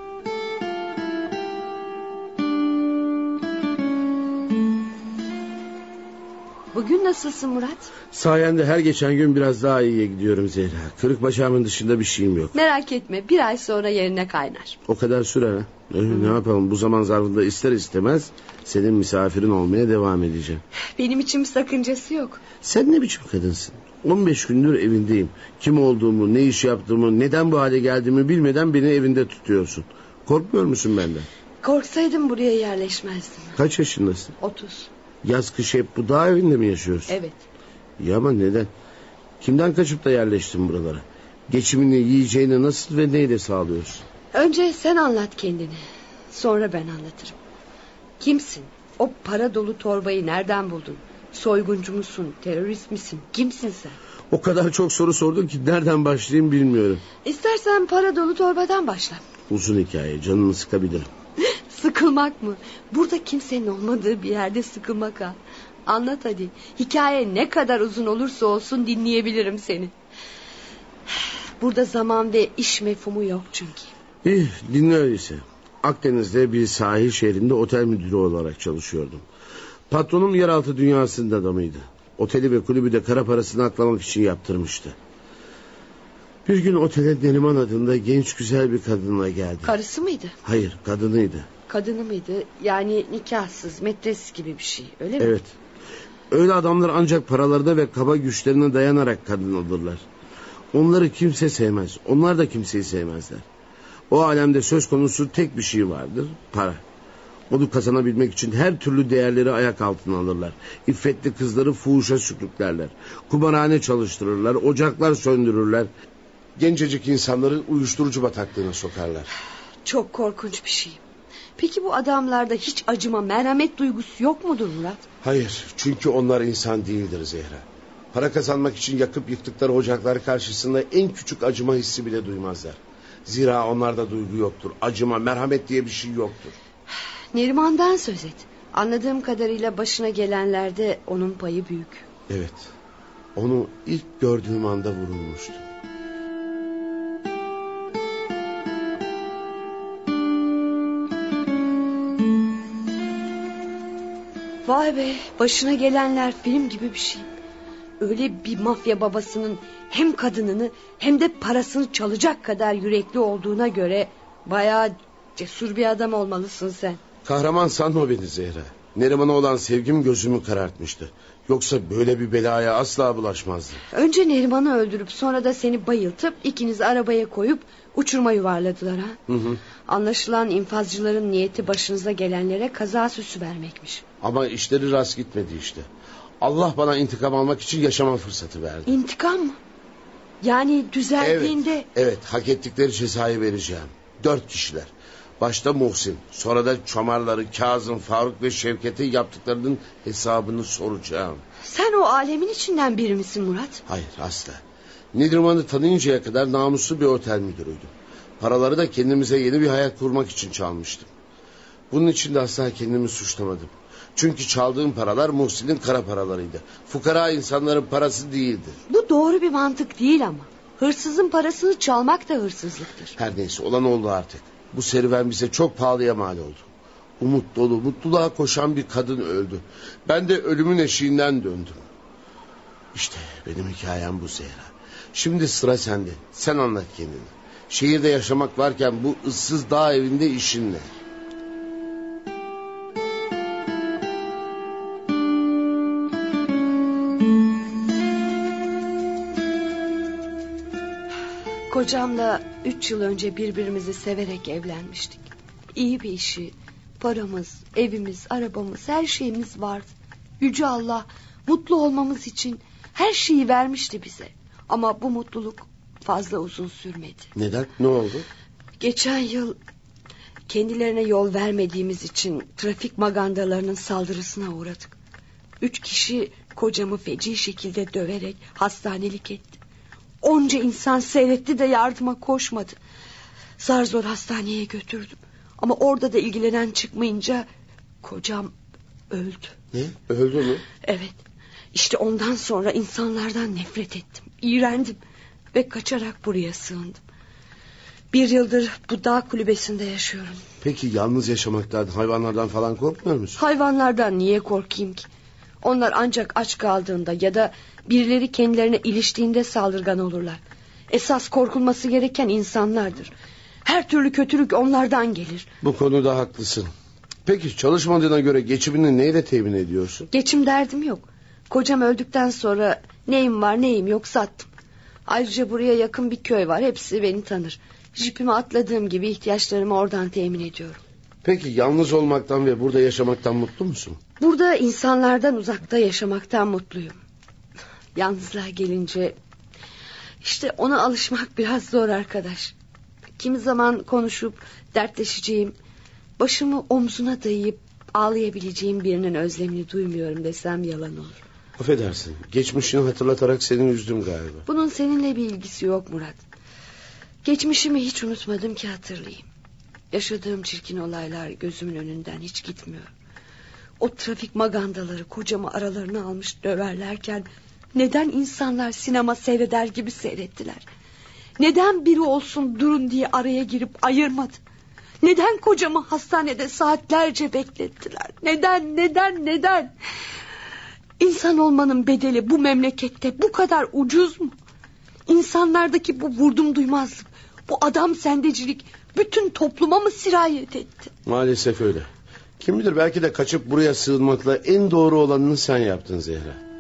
Bugün nasılsın Murat? Sayende her geçen gün biraz daha iyiye gidiyorum Zehra. Kırık bacağımın dışında bir şeyim yok. Merak etme, bir ay sonra yerine kaynar. O kadar sürer ha. Ne yapalım, bu zaman zarfında ister istemez senin misafirin olmaya devam edeceğim. Benim için bir sakıncası yok. Sen ne biçim kadınsın? 15 gündür evindeyim. Kim olduğumu, ne iş yaptığımı, neden bu hale geldiğimi bilmeden beni evinde tutuyorsun. Korkmuyor musun benden? Korksaydım buraya yerleşmezdim. Kaç yaşındasın? 30. Yaz kış hep bu dağ evinde mi yaşıyorsun? Evet. Ya ama neden? Kimden kaçıp da yerleştin buralara? Geçimini, yiyeceğini nasıl ve neyle sağlıyorsun? Önce sen anlat kendini. Sonra ben anlatırım. Kimsin? O para dolu torbayı nereden buldun? Soyguncu musun? Terörist misin? Kimsin sen? O kadar çok soru sordun ki nereden başlayayım bilmiyorum. İstersen para dolu torbadan başla. Uzun hikaye, canını sıkabilirim. Sıkılmak mı? Burada kimsenin olmadığı bir yerde sıkılmak ha. Anlat hadi. Hikaye ne kadar uzun olursa olsun dinleyebilirim seni. Burada zaman ve iş mefhumu yok çünkü. İyi, dinle öyleyse. Akdeniz'de bir sahil şehrinde otel müdürü olarak çalışıyordum. Patronum yeraltı dünyasının adamıydı. Oteli ve kulübü de kara parasını aklamak için yaptırmıştı. Bir gün otele Neriman adında genç güzel bir kadınla geldi. Karısı mıydı? Hayır, kadınıydı. Kadını mıydı? Yani nikahsız, metres gibi bir şey, öyle mi? Evet. Öyle adamlar ancak paralarına ve kaba güçlerine dayanarak kadın olurlar. Onları kimse sevmez. Onlar da kimseyi sevmezler. O alemde söz konusu tek bir şey vardır: para. Onu kazanabilmek için her türlü değerleri ayak altına alırlar. İffetli kızları fuhuşa sürüklerler. Kumarhane çalıştırırlar, ocaklar söndürürler. Gencecik insanları uyuşturucu bataklığına sokarlar. Çok korkunç bir şey. Peki bu adamlarda hiç acıma, merhamet duygusu yok mudur Murat? Hayır, çünkü onlar insan değildir Zehra. Para kazanmak için yakıp yıktıkları ocaklar karşısında en küçük acıma hissi bile duymazlar. Zira onlarda duygu yoktur. Acıma, merhamet diye bir şey yoktur. Neriman'dan söz et. Anladığım kadarıyla başına gelenlerde onun payı büyük. Evet. Onu ilk gördüğüm anda vurulmuştum. Vay be, başına gelenler film gibi bir şey. Öyle bir mafya babasının hem kadınını hem de parasını çalacak kadar yürekli olduğuna göre bayağı cesur bir adam olmalısın sen. Kahraman sanma beni Zehra. Neriman'a olan sevgim gözümü karartmıştı. Yoksa böyle bir belaya asla bulaşmazdım. Önce Neriman'ı öldürüp sonra da seni bayıltıp ikinizi arabaya koyup uçuruma yuvarladılar ha. Hı. Anlaşılan infazcıların niyeti başınıza gelenlere kaza süsü vermekmiş. Ama işleri rast gitmedi işte. Allah bana intikam almak için yaşama fırsatı verdi. İntikam mı? Yani düzeldiğinde... Evet, hak ettikleri cezayı vereceğim. 4 kişiler. Başta Muhsin, sonra da çomarları Kazım, Faruk ve Şevket'e yaptıklarının hesabını soracağım. Sen o alemin içinden biri misin Murat? Hayır, asla. Neriman'ı tanıyıncaya kadar namuslu bir otel müdürüydüm. Paraları da kendimize yeni bir hayat kurmak için çalmıştım. Bunun için de asla kendimi suçlamadım. Çünkü çaldığım paralar Muhsin'in kara paralarıydı. Fukara insanların parası değildi. Bu doğru bir mantık değil ama. Hırsızın parasını çalmak da hırsızlıktır. Her neyse, olan oldu artık. Bu serüven bize çok pahalıya mal oldu. Umut dolu, mutluluğa koşan bir kadın öldü. Ben de ölümün eşiğinden döndüm. İşte benim hikayem bu Zehra. Şimdi sıra sende. Sen anlat kendini. Şehirde yaşamak varken bu ıssız dağ evinde işin ne? Kocamla 3 yıl önce birbirimizi severek evlenmiştik. İyi bir işi, paramız, evimiz, arabamız, her şeyimiz vardı. Yüce Allah mutlu olmamız için her şeyi vermişti bize. Ama bu mutluluk fazla uzun sürmedi. Neden? Ne oldu? Geçen yıl kendilerine yol vermediğimiz için trafik magandalarının saldırısına uğradık. 3 kişi kocamı feci şekilde döverek hastanelik etti. Onca insan seyretti de yardıma koşmadı. Zar zor hastaneye götürdüm. Ama orada da ilgilenen çıkmayınca kocam öldü. Ne? Öldü mü? Evet. İşte ondan sonra insanlardan nefret ettim. İğrendim ve kaçarak buraya sığındım. 1 yıldır bu dağ kulübesinde yaşıyorum. Peki yalnız yaşamaktan, hayvanlardan falan korkmuyor musun? Hayvanlardan niye korkayım ki? Onlar ancak aç kaldığında ya da birileri kendilerine iliştiğinde saldırgan olurlar. Esas korkulması gereken insanlardır. Her türlü kötülük onlardan gelir. Bu konuda haklısın. Peki çalışmadığına göre geçimini neyle temin ediyorsun? Geçim derdim yok. Kocam öldükten sonra neyim var neyim yok sattım. Ayrıca buraya yakın bir köy var, hepsi beni tanır. Jipime atladığım gibi ihtiyaçlarımı oradan temin ediyorum. Peki yalnız olmaktan ve burada yaşamaktan mutlu musun? Burada insanlardan uzakta yaşamaktan mutluyum. Yalnızlığa gelince işte ona alışmak biraz zor arkadaş. Kimi zaman konuşup dertleşeceğim, başımı omzuna dayayıp ağlayabileceğim birinin özlemini duymuyorum desem yalan olur. Affedersin, geçmişini hatırlatarak seni üzdüm galiba. Bunun seninle bir ilgisi yok Murat. Geçmişimi hiç unutmadım ki hatırlayayım. Yaşadığım çirkin olaylar gözümün önünden hiç gitmiyor. O trafik magandaları kocamı aralarına almış döverlerken neden insanlar sinema seyreder gibi seyrettiler? Neden biri olsun durun diye araya girip ayırmadı? Neden kocamı hastanede saatlerce beklettiler? Neden? İnsan olmanın bedeli bu memlekette bu kadar ucuz mu? İnsanlardaki bu vurdum duymazlık, bu adam sendecilik bütün topluma mı sirayet etti? Maalesef öyle. Kim bilir, belki de kaçıp buraya sığınmakla en doğru olanını sen yaptın Zehra.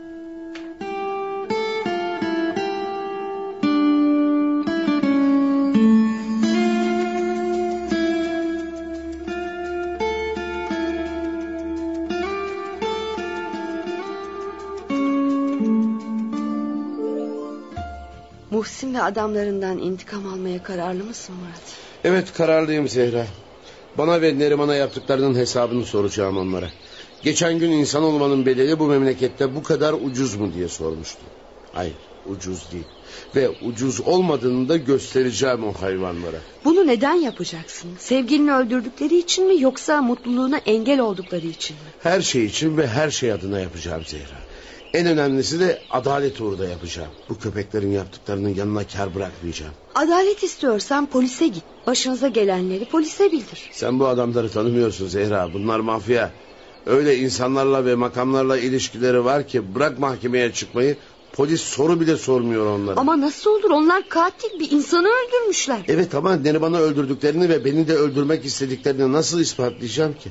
Muhsin ve adamlarından intikam almaya kararlı mısın Murat? Evet, kararlıyım Zehra. Bana ve Neriman'a yaptıklarının hesabını soracağım onlara. Geçen gün insan olmanın bedeli bu memlekette bu kadar ucuz mu diye sormuştum. Hayır, ucuz değil. Ve ucuz olmadığını da göstereceğim o hayvanlara. Bunu neden yapacaksın? Sevgilini öldürdükleri için mi yoksa mutluluğuna engel oldukları için mi? Her şey için ve her şey adına yapacağım Zehra. En önemlisi de adalet uğruna yapacağım. Bu köpeklerin yaptıklarının yanına kar bırakmayacağım. Adalet istiyorsan polise git. Başınıza gelenleri polise bildir. Sen bu adamları tanımıyorsun Zehra. Bunlar mafya. Öyle insanlarla ve makamlarla ilişkileri var ki bırak mahkemeye çıkmayı, polis soru bile sormuyor onlara. Ama nasıl olur, onlar katil, bir insanı öldürmüşler. Evet, ama Neriman'ı öldürdüklerini ve beni de öldürmek istediklerini nasıl ispatlayacağım ki?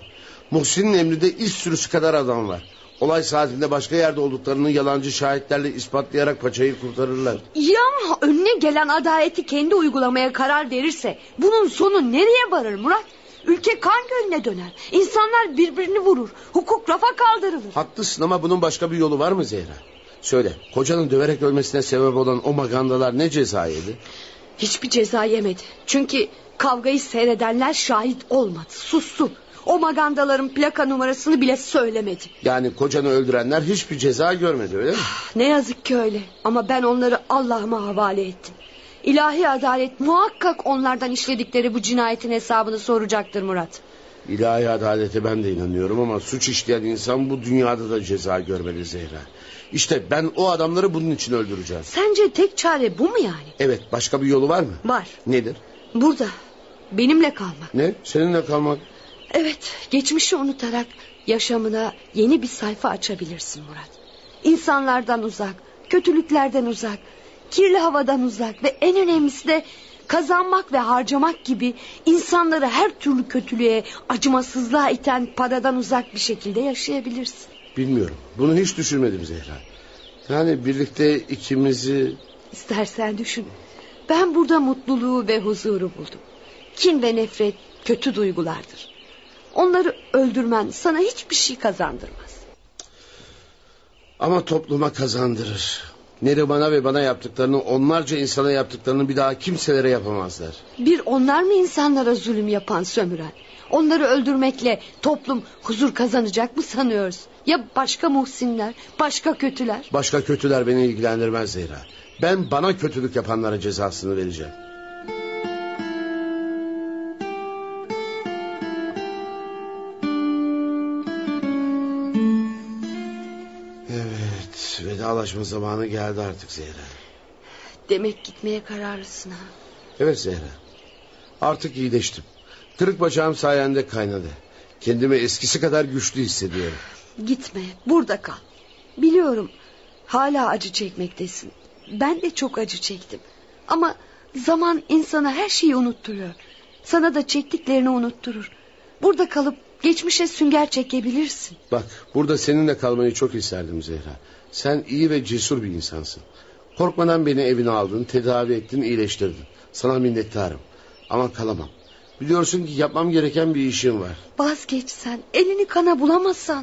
Muhsin'in emrinde iş sürüsü kadar adam var. Olay saatinde başka yerde olduklarını yalancı şahitlerle ispatlayarak paçayı kurtarırlar. Ya önüne gelen adaleti kendi uygulamaya karar verirse bunun sonu nereye varır Murat? Ülke kan gölüne döner. İnsanlar birbirini vurur. Hukuk rafa kaldırılır. Haklısın ama bunun başka bir yolu var mı Zehra? Söyle, kocanın döverek ölmesine sebep olan o magandalar ne ceza yedi? Hiçbir ceza yemedi. Çünkü kavgayı seyredenler şahit olmadı. Sustu. O magandaların plaka numarasını bile söylemedi. Yani kocanı öldürenler hiçbir ceza görmedi, öyle mi? Ne yazık ki öyle. Ama ben onları Allah'ıma havale ettim. İlahi adalet muhakkak onlardan işledikleri bu cinayetin hesabını soracaktır Murat. İlahi adalete ben de inanıyorum ama suç işleyen insan bu dünyada da ceza görmeli Zehra. İşte ben o adamları bunun için öldüreceğim. Sence tek çare bu mu yani? Evet, başka bir yolu var mı? Var. Nedir? Burada. Benimle kalmak. Ne? Seninle kalmak? Evet, geçmişi unutarak yaşamına yeni bir sayfa açabilirsin Murat. İnsanlardan uzak, kötülüklerden uzak, kirli havadan uzak ve en önemlisi de kazanmak ve harcamak gibi insanları her türlü kötülüğe, acımasızlığa iten paradan uzak bir şekilde yaşayabilirsin. Bilmiyorum. Bunu hiç düşünmedim Zehra. Yani birlikte ikimizi... İstersen düşün. Ben burada mutluluğu ve huzuru buldum. Kin ve nefret kötü duygulardır. Onları öldürmen sana hiçbir şey kazandırmaz. Ama topluma kazandırır. Neriman'a ve bana yaptıklarını, onlarca insana yaptıklarını bir daha kimselere yapamazlar. Bir onlar mı insanlara zulüm yapan, sömüren? Onları öldürmekle toplum huzur kazanacak mı sanıyoruz? Ya başka muhsinler, başka kötüler? Başka kötüler beni ilgilendirmez Zehra. Ben bana kötülük yapanlara cezasını vereceğim. Evet, vedalaşma zamanı geldi artık Zehra. Demek gitmeye kararlısın ha? Evet Zehra. Artık iyileştim. Kırık bacağım sayende kaynadı. Kendimi eskisi kadar güçlü hissediyorum. Gitme, burada kal. Biliyorum hala acı çekmektesin. Ben de çok acı çektim. Ama zaman insana her şeyi unutturuyor. Sana da çektiklerini unutturur. Burada kalıp geçmişe sünger çekebilirsin. Bak, burada seninle kalmayı çok isterdim Zehra. Sen iyi ve cesur bir insansın. Korkmadan beni evine aldın, tedavi ettin, iyileştirdin. Sana minnettarım. Ama kalamam. Biliyorsun ki yapmam gereken bir işim var. Vazgeçsen, elini kana bulamazsan.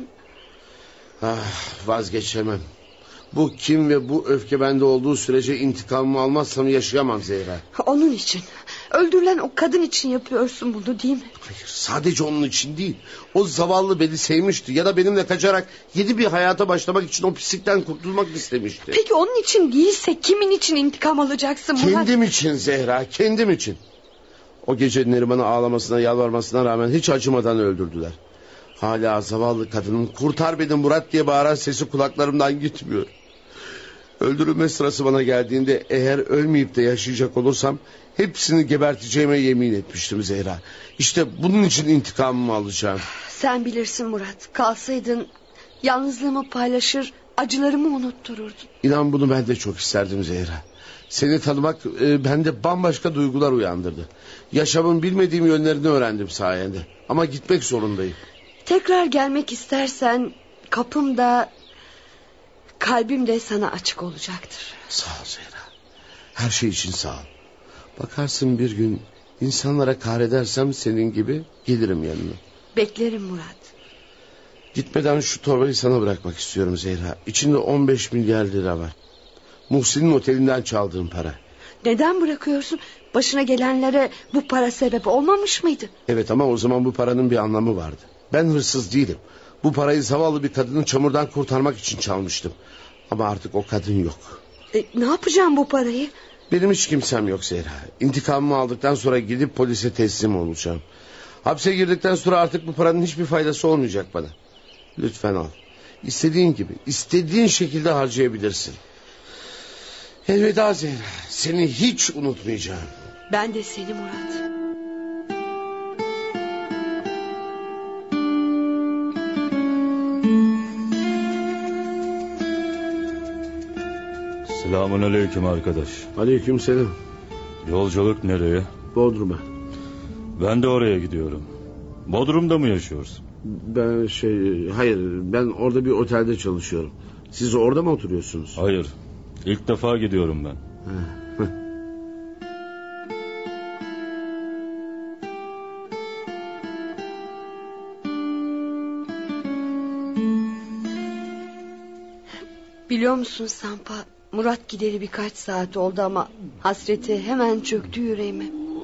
Vazgeçemem. Bu kin ve bu öfke bende olduğu sürece intikamımı almazsam yaşayamam Zehra. Onun için, öldürülen o kadın için yapıyorsun bunu, değil mi? Hayır, sadece onun için değil. O zavallı beni sevmişti ya da benimle kaçarak yeni bir hayata başlamak için o pislikten kurtulmak istemişti. Peki onun için değilse kimin için intikam alacaksın Murat? Kendim için Zehra, kendim için. O gece Neriman'ı ağlamasına, yalvarmasına rağmen hiç acımadan öldürdüler. Hala zavallı kadının "Kurtar beni Murat" diye bağıran sesi kulaklarımdan gitmiyor. Öldürülme sırası bana geldiğinde eğer ölmeyip de yaşayacak olursam hepsini geberteceğime yemin etmiştim Zehra. İşte bunun için intikamımı alacağım. Sen bilirsin Murat. Kalsaydın yalnızlığımı paylaşır, acılarımı unuttururdun. İnan bunu ben de çok isterdim Zehra. Seni tanımak bende bambaşka duygular uyandırdı. Yaşamın bilmediğim yönlerini öğrendim sayende. Ama gitmek zorundayım. Tekrar gelmek istersen kapım da kalbim de sana açık olacaktır. Sağ ol Zehra. Her şey için sağ ol. Bakarsın bir gün insanlara kahredersem senin gibi gelirim yanına. Beklerim Murat. Gitmeden şu torbayı sana bırakmak istiyorum Zehra. İçinde 15 milyar lira var. Muhsin'in otelinden çaldığım para. Neden bırakıyorsun? Başına gelenlere bu para sebep olmamış mıydı? Evet, ama o zaman bu paranın bir anlamı vardı. Ben hırsız değilim. Bu parayı zavallı bir kadının çamurdan kurtarmak için çalmıştım. Ama artık o kadın yok. Ne yapacağım bu parayı? Benim hiç kimsem yok Zehra. İntikamımı aldıktan sonra gidip polise teslim olacağım. Hapse girdikten sonra artık bu paranın hiçbir faydası olmayacak bana. Lütfen al. İstediğin gibi, istediğin şekilde harcayabilirsin. Elveda Zehra. Seni hiç unutmayacağım. Ben de seni Murat. Selamünaleyküm arkadaş. Aleykümselam. Yolculuk nereye? Bodrum'a. Ben de oraya gidiyorum. Bodrum'da mı yaşıyorsun? Hayır, ben orada bir otelde çalışıyorum. Siz orada mı oturuyorsunuz? Hayır, ilk defa gidiyorum ben. Biliyor musun Sampa, Murat gideri birkaç saat oldu ama hasreti hemen çöktü yüreğime.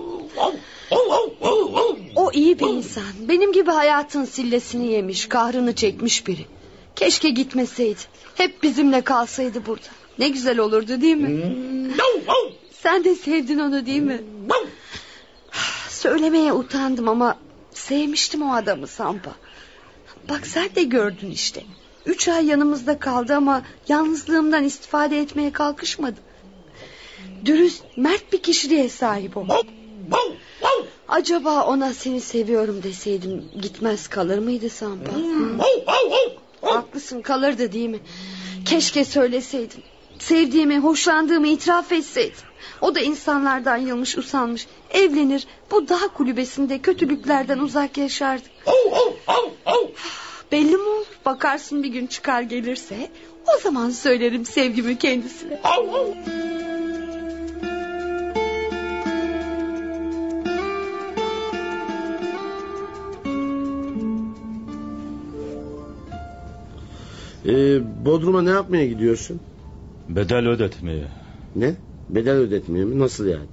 O iyi bir insan. Benim gibi hayatın sillesini yemiş, kahrını çekmiş biri. Keşke gitmeseydi. Hep bizimle kalsaydı burada. Ne güzel olurdu değil mi? Sen de sevdin onu değil mi? Söylemeye utandım ama sevmiştim o adamı Sampa. Bak sen de gördün işte. 3 ay yanımızda kaldı ama yalnızlığımdan istifade etmeye kalkışmadı. Dürüst, mert bir kişiliğe sahip o. Acaba ona seni seviyorum deseydim gitmez kalır mıydı Sampa? Haklısın, kalırdı değil mi? Keşke söyleseydim. Sevdiğimi, hoşlandığımı itiraf etseydim. O da insanlardan yılmış, usanmış. Evlenir, bu dağ kulübesinde kötülüklerden uzak yaşardı. Belli mi olur? Bakarsın bir gün çıkar gelirse, o zaman söylerim sevgimi kendisine. Bodrum'a ne yapmaya gidiyorsun? Bedel ödetmeye. Ne? Bedel ödetmeye mi? Nasıl yani?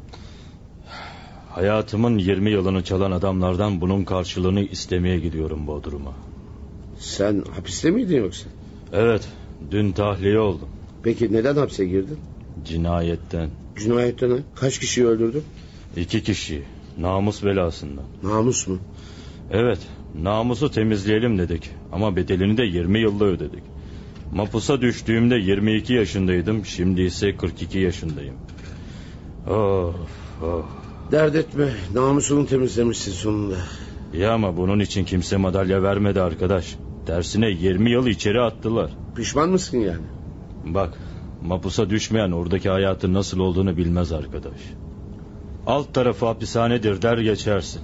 Hayatımın 20 yılını çalan adamlardan bunun karşılığını istemeye gidiyorum Bodrum'a. Sen hapiste miydin yoksa? Evet, dün tahliye oldum. Peki neden hapse girdin? Cinayetten. Cinayetten ha? Kaç kişiyi öldürdün? 2 kişi. Namus belasından. Namus mu? Evet, namusu temizleyelim dedik. Ama bedelini de 20 yılda ödedik. Mapusa düştüğümde 22 yaşındaydım. Şimdi ise 42 yaşındayım. Of. Dert etme, namusunu temizlemişsin sonunda. Ya ama bunun için kimse madalya vermedi arkadaş. Tersine 20 yıl içeri attılar. Pişman mısın yani? Bak, mapusa düşmeyen oradaki hayatın nasıl olduğunu bilmez arkadaş. Alt tarafı hapishanedir der geçersin.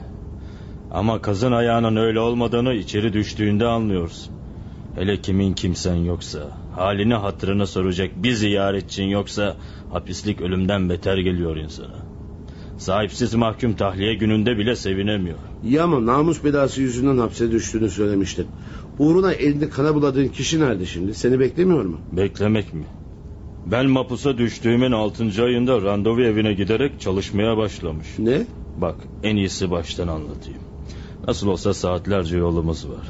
Ama kazın ayağının öyle olmadığını içeri düştüğünde anlıyorsun. Hele kimin kimsen yoksa, halini hatırını soracak bir ziyaretçin yoksa hapislik ölümden beter geliyor insana. Sahipsiz mahkum tahliye gününde bile sevinemiyor. Ya ama namus belası yüzünden hapse düştüğünü söylemiştin. Uğruna elini kana buladığın kişi nerede şimdi? Seni beklemiyor mu? Beklemek mi? Ben mapusa düştüğümün 6. ayında randevu evine giderek çalışmaya başlamış. Ne? Bak, en iyisi baştan anlatayım. Nasıl olsa saatlerce yolumuz var.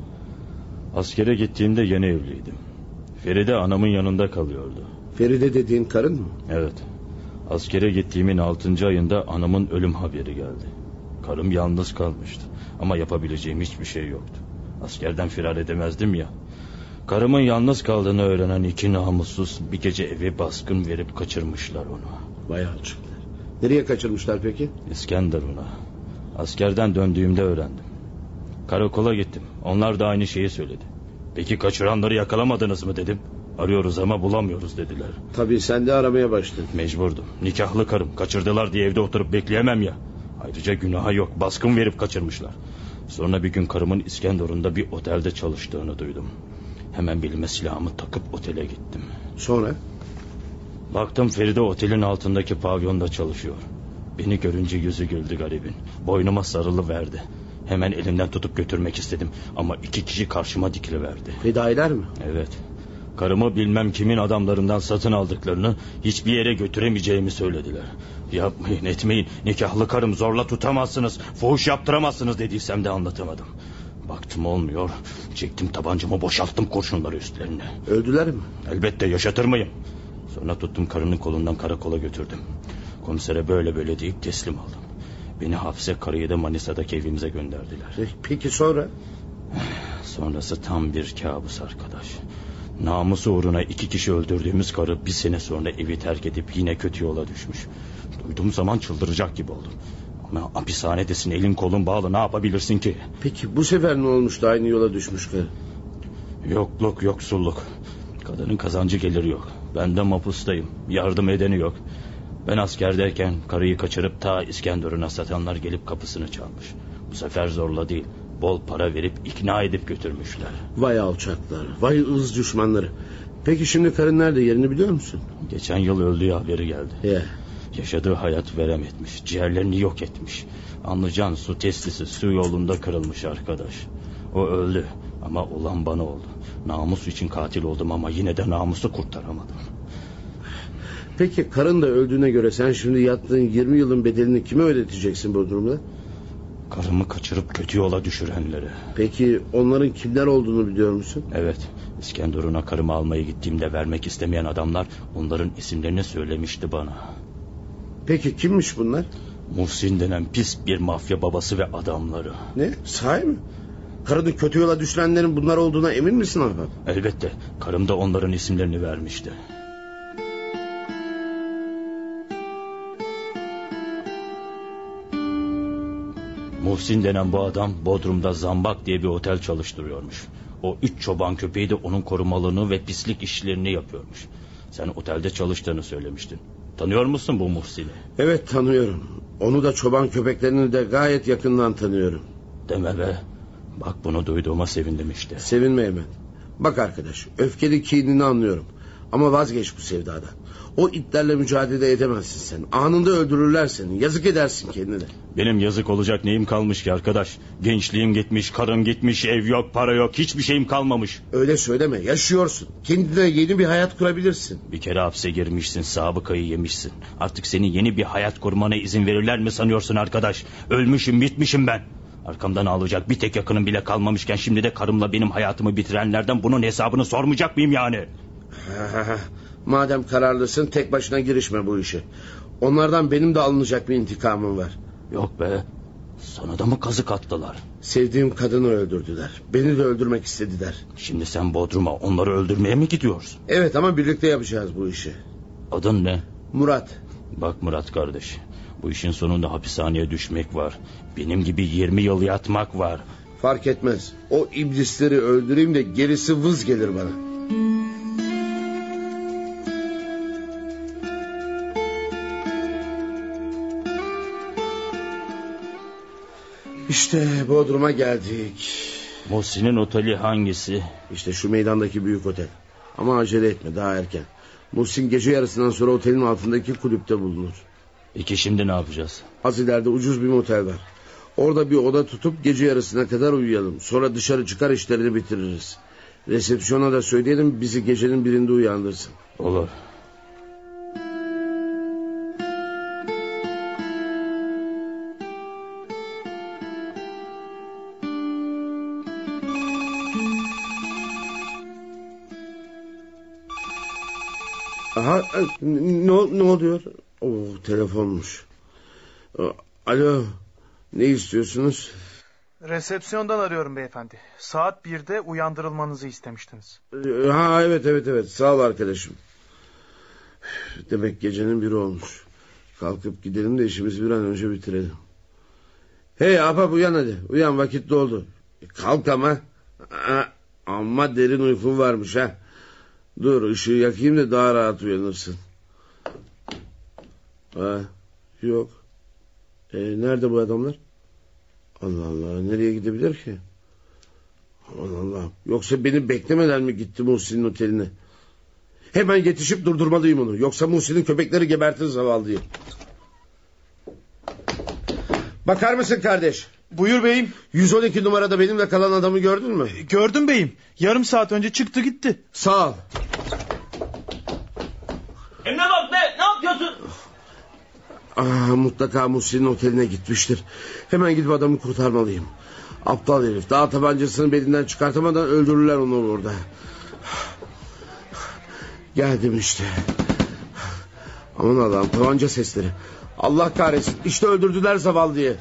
Askere gittiğimde yeni evliydim. Feride anamın yanında kalıyordu. Feride dediğin karın mı? Evet. Askere gittiğimin 6. ayında anamın ölüm haberi geldi. Karım yalnız kalmıştı. Ama yapabileceğim hiçbir şey yoktu. Askerden firar edemezdim ya. Karımın yalnız kaldığını öğrenen 2 namussuz bir gece eve baskın verip kaçırmışlar onu. Vay alçaklar. Nereye kaçırmışlar peki? İskenderun'a. Askerden döndüğümde öğrendim. Karakola gittim. Onlar da aynı şeyi söyledi. Peki kaçıranları yakalamadınız mı dedim. Arıyoruz ama bulamıyoruz dediler. Tabii sen de aramaya başladın. Mecburdum. Nikahlı karım. Kaçırdılar diye evde oturup bekleyemem ya. Ayrıca günaha yok. Baskın verip kaçırmışlar. Sonra bir gün karımın İskenderun'da bir otelde çalıştığını duydum. Hemen belime silahımı takıp otele gittim. Sonra? Baktım Feride otelin altındaki pavyonda çalışıyor. Beni görünce yüzü güldü garibin. Boynuma sarılıverdi. Hemen elinden tutup götürmek istedim. Ama 2 kişi karşıma dikiliverdi. Fedailer mi? Evet. Karımı bilmem kimin adamlarından satın aldıklarını, hiçbir yere götüremeyeceğimi söylediler. Yapmayın etmeyin, nikahlı karım, zorla tutamazsınız, fuhuş yaptıramazsınız dediysem de anlatamadım. Baktım olmuyor. Çektim tabancamı, boşalttım kurşunları üstlerine. Öldüler mi? Elbette, yaşatır mıyım? Sonra tuttum karının kolundan karakola götürdüm. Komisere böyle deyip teslim aldım. Beni hapse, karıyı da Manisa'daki evimize gönderdiler. Peki sonra? Sonrası tam bir kabus arkadaş. Namusu uğruna 2 kişi öldürdüğümüz karı 1 sene sonra evi terk edip yine kötü yola düşmüş. Duyduğum zaman çıldıracak gibi oldum. Ama hapishanedesin, elin kolun bağlı, ne yapabilirsin ki? Peki bu sefer ne olmuştu aynı yola düşmüş karı? Yokluk, yoksulluk. Kadının kazancı geliri yok. Ben de mapustayım, yardım edeni yok. Ben askerdeyken karıyı kaçırıp ta İskenderun'a satanlar gelip kapısını çalmış. Bu sefer zorla değil, Bol para verip ikna edip götürmüşler. Vay alçaklar, vay ırz düşmanları. Peki şimdi karın nerede, yerini biliyor musun? Geçen yıl öldüğü haberi geldi. Yaşadığı hayat verem etmiş, ciğerlerini yok etmiş. Anlayacağın su testisi su yolunda kırılmış arkadaş. O öldü ama olan bana oldu. Namus için katil oldum ama yine de namusu kurtaramadım. Peki karın da öldüğüne göre sen şimdi yattığın 20 yılın bedelini kime ödeteceksin bu durumda? Karımı kaçırıp kötü yola düşürenlere. Peki onların kimler olduğunu biliyor musun? Evet, İskenderun'a karımı almaya gittiğimde vermek istemeyen adamlar onların isimlerini söylemişti bana. Peki kimmiş bunlar? Muhsin denen pis bir mafya babası ve adamları. Ne? Sahi mi? Karını kötü yola düşürenlerin bunlar olduğuna emin misin ahbap? Elbette. Karım da onların isimlerini vermişti. Muhsin denen bu adam Bodrum'da Zambak diye bir otel çalıştırıyormuş. O 3 çoban köpeği de onun korumalığını ve pislik işlerini yapıyormuş. Sen otelde çalıştığını söylemiştin. Tanıyor musun bu Muhsin'i? Evet, tanıyorum. Onu da çoban köpeklerini de gayet yakından tanıyorum. Deme be. Bak, bunu duyduğuma sevindim işte. Sevinme hemen. Bak arkadaş, öfkeli kinini anlıyorum. Ama vazgeç bu sevdadan. O itlerle mücadele edemezsin sen. Anında öldürürler seni. Yazık edersin kendine. Benim yazık olacak neyim kalmış ki arkadaş? Gençliğim gitmiş, karım gitmiş, ev yok, para yok, hiçbir şeyim kalmamış. Öyle söyleme, yaşıyorsun. Kendine yeni bir hayat kurabilirsin. Bir kere hapse girmişsin, sabıkayı yemişsin. Artık senin yeni bir hayat kurmana izin verirler mi sanıyorsun arkadaş? Ölmüşüm, bitmişim ben. Arkamdan ağlayacak bir tek yakınım bile kalmamışken şimdi de karımla benim hayatımı bitirenlerden bunun hesabını sormayacak mıyım yani? Madem kararlısın, tek başına girişme bu işe. Onlardan benim de alınacak bir intikamım var. Yok be, sana da mı kazık attılar? Sevdiğim kadını öldürdüler. Beni de öldürmek istediler. Şimdi sen Bodrum'a onları öldürmeye mi gidiyorsun? Evet, ama birlikte yapacağız bu işi. Adın ne? Murat. Bak Murat kardeş, bu işin sonunda hapishaneye düşmek var. Benim gibi 20 yıl yatmak var. Fark etmez. O iblisleri öldüreyim de gerisi vız gelir bana. İşte Bodrum'a geldik. Muhsin'in oteli hangisi? İşte şu meydandaki büyük otel. Ama acele etme, daha erken. Muhsin gece yarısından sonra otelin altındaki kulüpte bulunur. Peki şimdi ne yapacağız? Az ileride ucuz bir motel var. Orada bir oda tutup gece yarısına kadar uyuyalım. Sonra dışarı çıkar işlerini bitiririz. Resepsiyona da söyleyelim, bizi gecenin birinde uyandırsın. Olur. Aha, ne oluyor? Telefonmuş. Alo, ne istiyorsunuz? Resepsiyondan arıyorum beyefendi. Saat 1'de uyandırılmanızı istemiştiniz. Evet, sağ ol arkadaşım. Demek gecenin biri olmuş. Kalkıp gidelim de işimizi bir an önce bitirelim. Hey ahbap, uyan hadi. Uyan, vakit doldu. Kalk ama. Amma derin uykun varmış ha. Dur, ışığı yakayım da daha rahat uyanırsın. Yok. Nerede bu adamlar? Allah Allah, nereye gidebilir ki? Allah Allah, yoksa beni beklemeden mi gitti Muhsin'in oteline? Hemen yetişip durdurmalıyım onu. Yoksa Muhsin'in köpekleri gebertir zavallıyı. Bakar mısın kardeş? Buyur beyim. 112 numarada benimle kalan adamı gördün mü? Gördüm beyim. Yarım saat önce çıktı gitti. Sağ ol. Emre bak be, ne yapıyorsun? Mutlaka Muhsin'in oteline gitmiştir. Hemen gidip adamı kurtarmalıyım. Aptal herif, daha tabancasını belinden çıkartamadan öldürürler onu orada. Geldim işte. Aman Allah'ım, tabanca sesleri. Allah kahretsin, işte öldürdüler zavallıyı.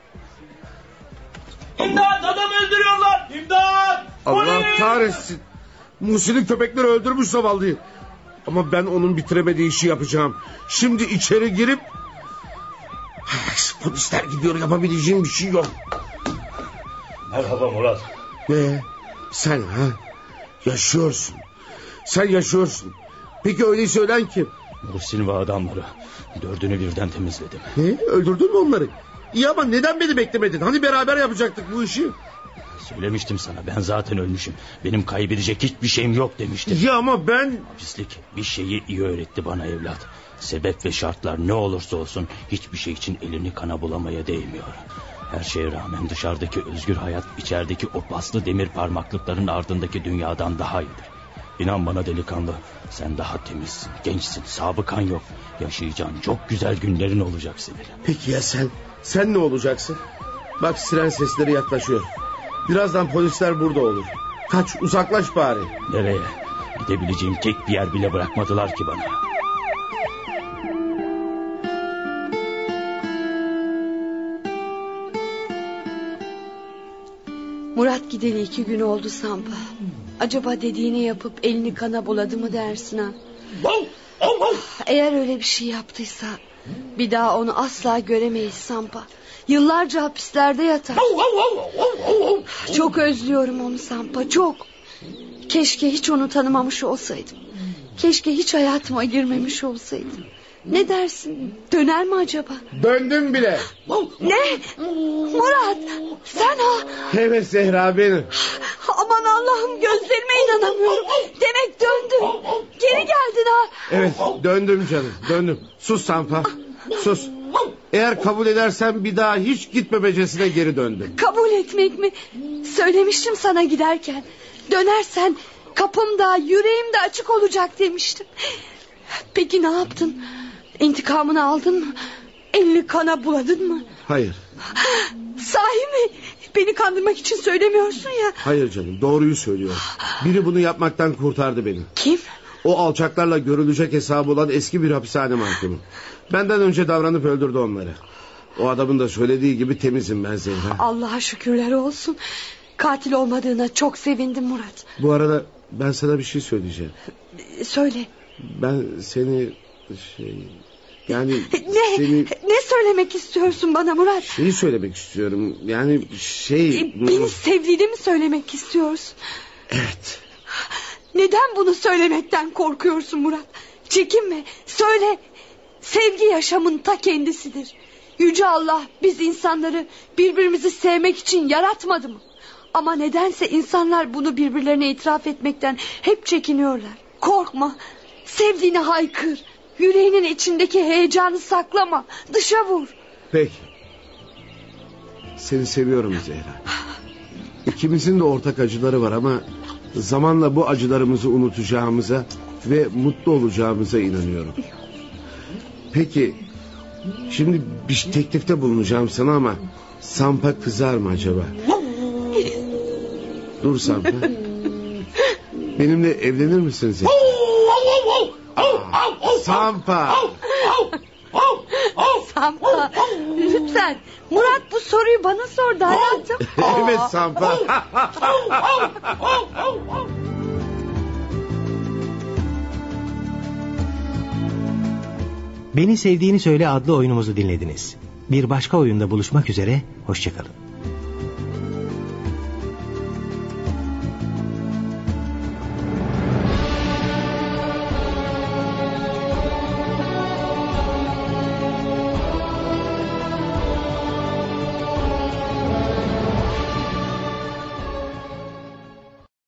İmdat, adam öldürüyorlar. İmdat. Allah kahretsin. Muhsin'in köpekleri öldürmüş zavallıyı. Ama ben onun bitiremediği işi yapacağım. Şimdi içeri girip... Polisler gidiyor, yapabileceğim bir şey yok. Merhaba Murat. Sen ha? Yaşıyorsun. Sen yaşıyorsun. Peki öyleyse ölen kim? Muhsin ve adamları. 4'ünü birden temizledim. Öldürdün mü onları? İyi ama neden beni beklemedin? Hani beraber yapacaktık bu işi? Söylemiştim sana, ben zaten ölmüşüm. Benim kaybedecek hiçbir şeyim yok demiştim. Ya ama ben... Pislik bir şeyi iyi öğretti bana evlat. Sebep ve şartlar ne olursa olsun hiçbir şey için elini kana bulamaya değmiyor. Her şeye rağmen dışarıdaki özgür hayat içerideki o paslı demir parmaklıkların ardındaki dünyadan daha iyidir. İnan bana delikanlı, sen daha temizsin, gençsin, sabıkan yok. Yaşayacağın çok güzel günlerin olacak senin. Peki ya sen? Sen ne olacaksın? Bak siren sesleri yaklaşıyor. Birazdan polisler burada olur. Kaç, uzaklaş bari. Nereye? Gidebileceğim tek bir yer bile bırakmadılar ki bana. Murat gideli 2 gün oldu Sampa. Acaba dediğini yapıp elini kana buladı mı dersin ha? Eğer öyle bir şey yaptıysa bir daha onu asla göremeyiz Sampa. Yıllarca hapislerde yatar. Çok özlüyorum onu Sampa, çok. Keşke hiç onu tanımamış olsaydım. Keşke hiç hayatıma girmemiş olsaydım. Ne dersin? Döner mi acaba? Döndüm bile. Ne? Murat, sen ha? Evet Zehra, benim. Aman Allah'ım, gözlerime inanamıyorum. Demek döndün. Geri geldin ha. Evet, döndüm canım, döndüm. Sus Sampa, sus. Eğer kabul edersen bir daha hiç gitmemecesine geri döndüm. Kabul etmek mi? Söylemiştim sana giderken. Dönersen kapımda, yüreğimde açık olacak demiştim. Peki ne yaptın? İntikamını aldın mı? Elini kana buladın mı? Hayır. Sahi mi? Beni kandırmak için söylemiyorsun ya. Hayır canım, doğruyu söylüyor. Biri bunu yapmaktan kurtardı beni. Kim? O alçaklarla görülecek hesabı olan eski bir hapishane mahkumu. Benden önce davranıp öldürdü onları. O adamın da söylediği gibi temizim ben Zehra. Allah'a şükürler olsun. Katil olmadığına çok sevindim Murat. Bu arada ben sana bir şey söyleyeceğim. Söyle. Ben seni... Yani ne? Seni... Ne söylemek istiyorsun bana Murat? Şeyi söylemek istiyorum. Yani Beni sevdiğini mi söylemek istiyorsun? Evet. Neden bunu söylemekten korkuyorsun Murat? Çekinme, söyle. Sevgi yaşamın ta kendisidir. Yüce Allah biz insanları birbirimizi sevmek için yaratmadı mı? Ama nedense insanlar bunu birbirlerine itiraf etmekten hep çekiniyorlar. Korkma, sevdiğini haykır. Yüreğinin içindeki heyecanı saklama, dışa vur. Peki. Seni seviyorum Zehra. İkimizin de ortak acıları var ama zamanla bu acılarımızı unutacağımıza ve mutlu olacağımıza inanıyorum. Peki, şimdi bir teklifte bulunacağım sana ama Sampa kızar mı acaba? Dur Sampa. Benimle evlenir misin Zehra? Sampa. Sampa, lütfen. Murat bu soruyu bana sordu hayatım. Evet Sampa. Beni Sevdiğini Söyle adlı oyunumuzu dinlediniz. Bir başka oyunda buluşmak üzere, hoşça kalın.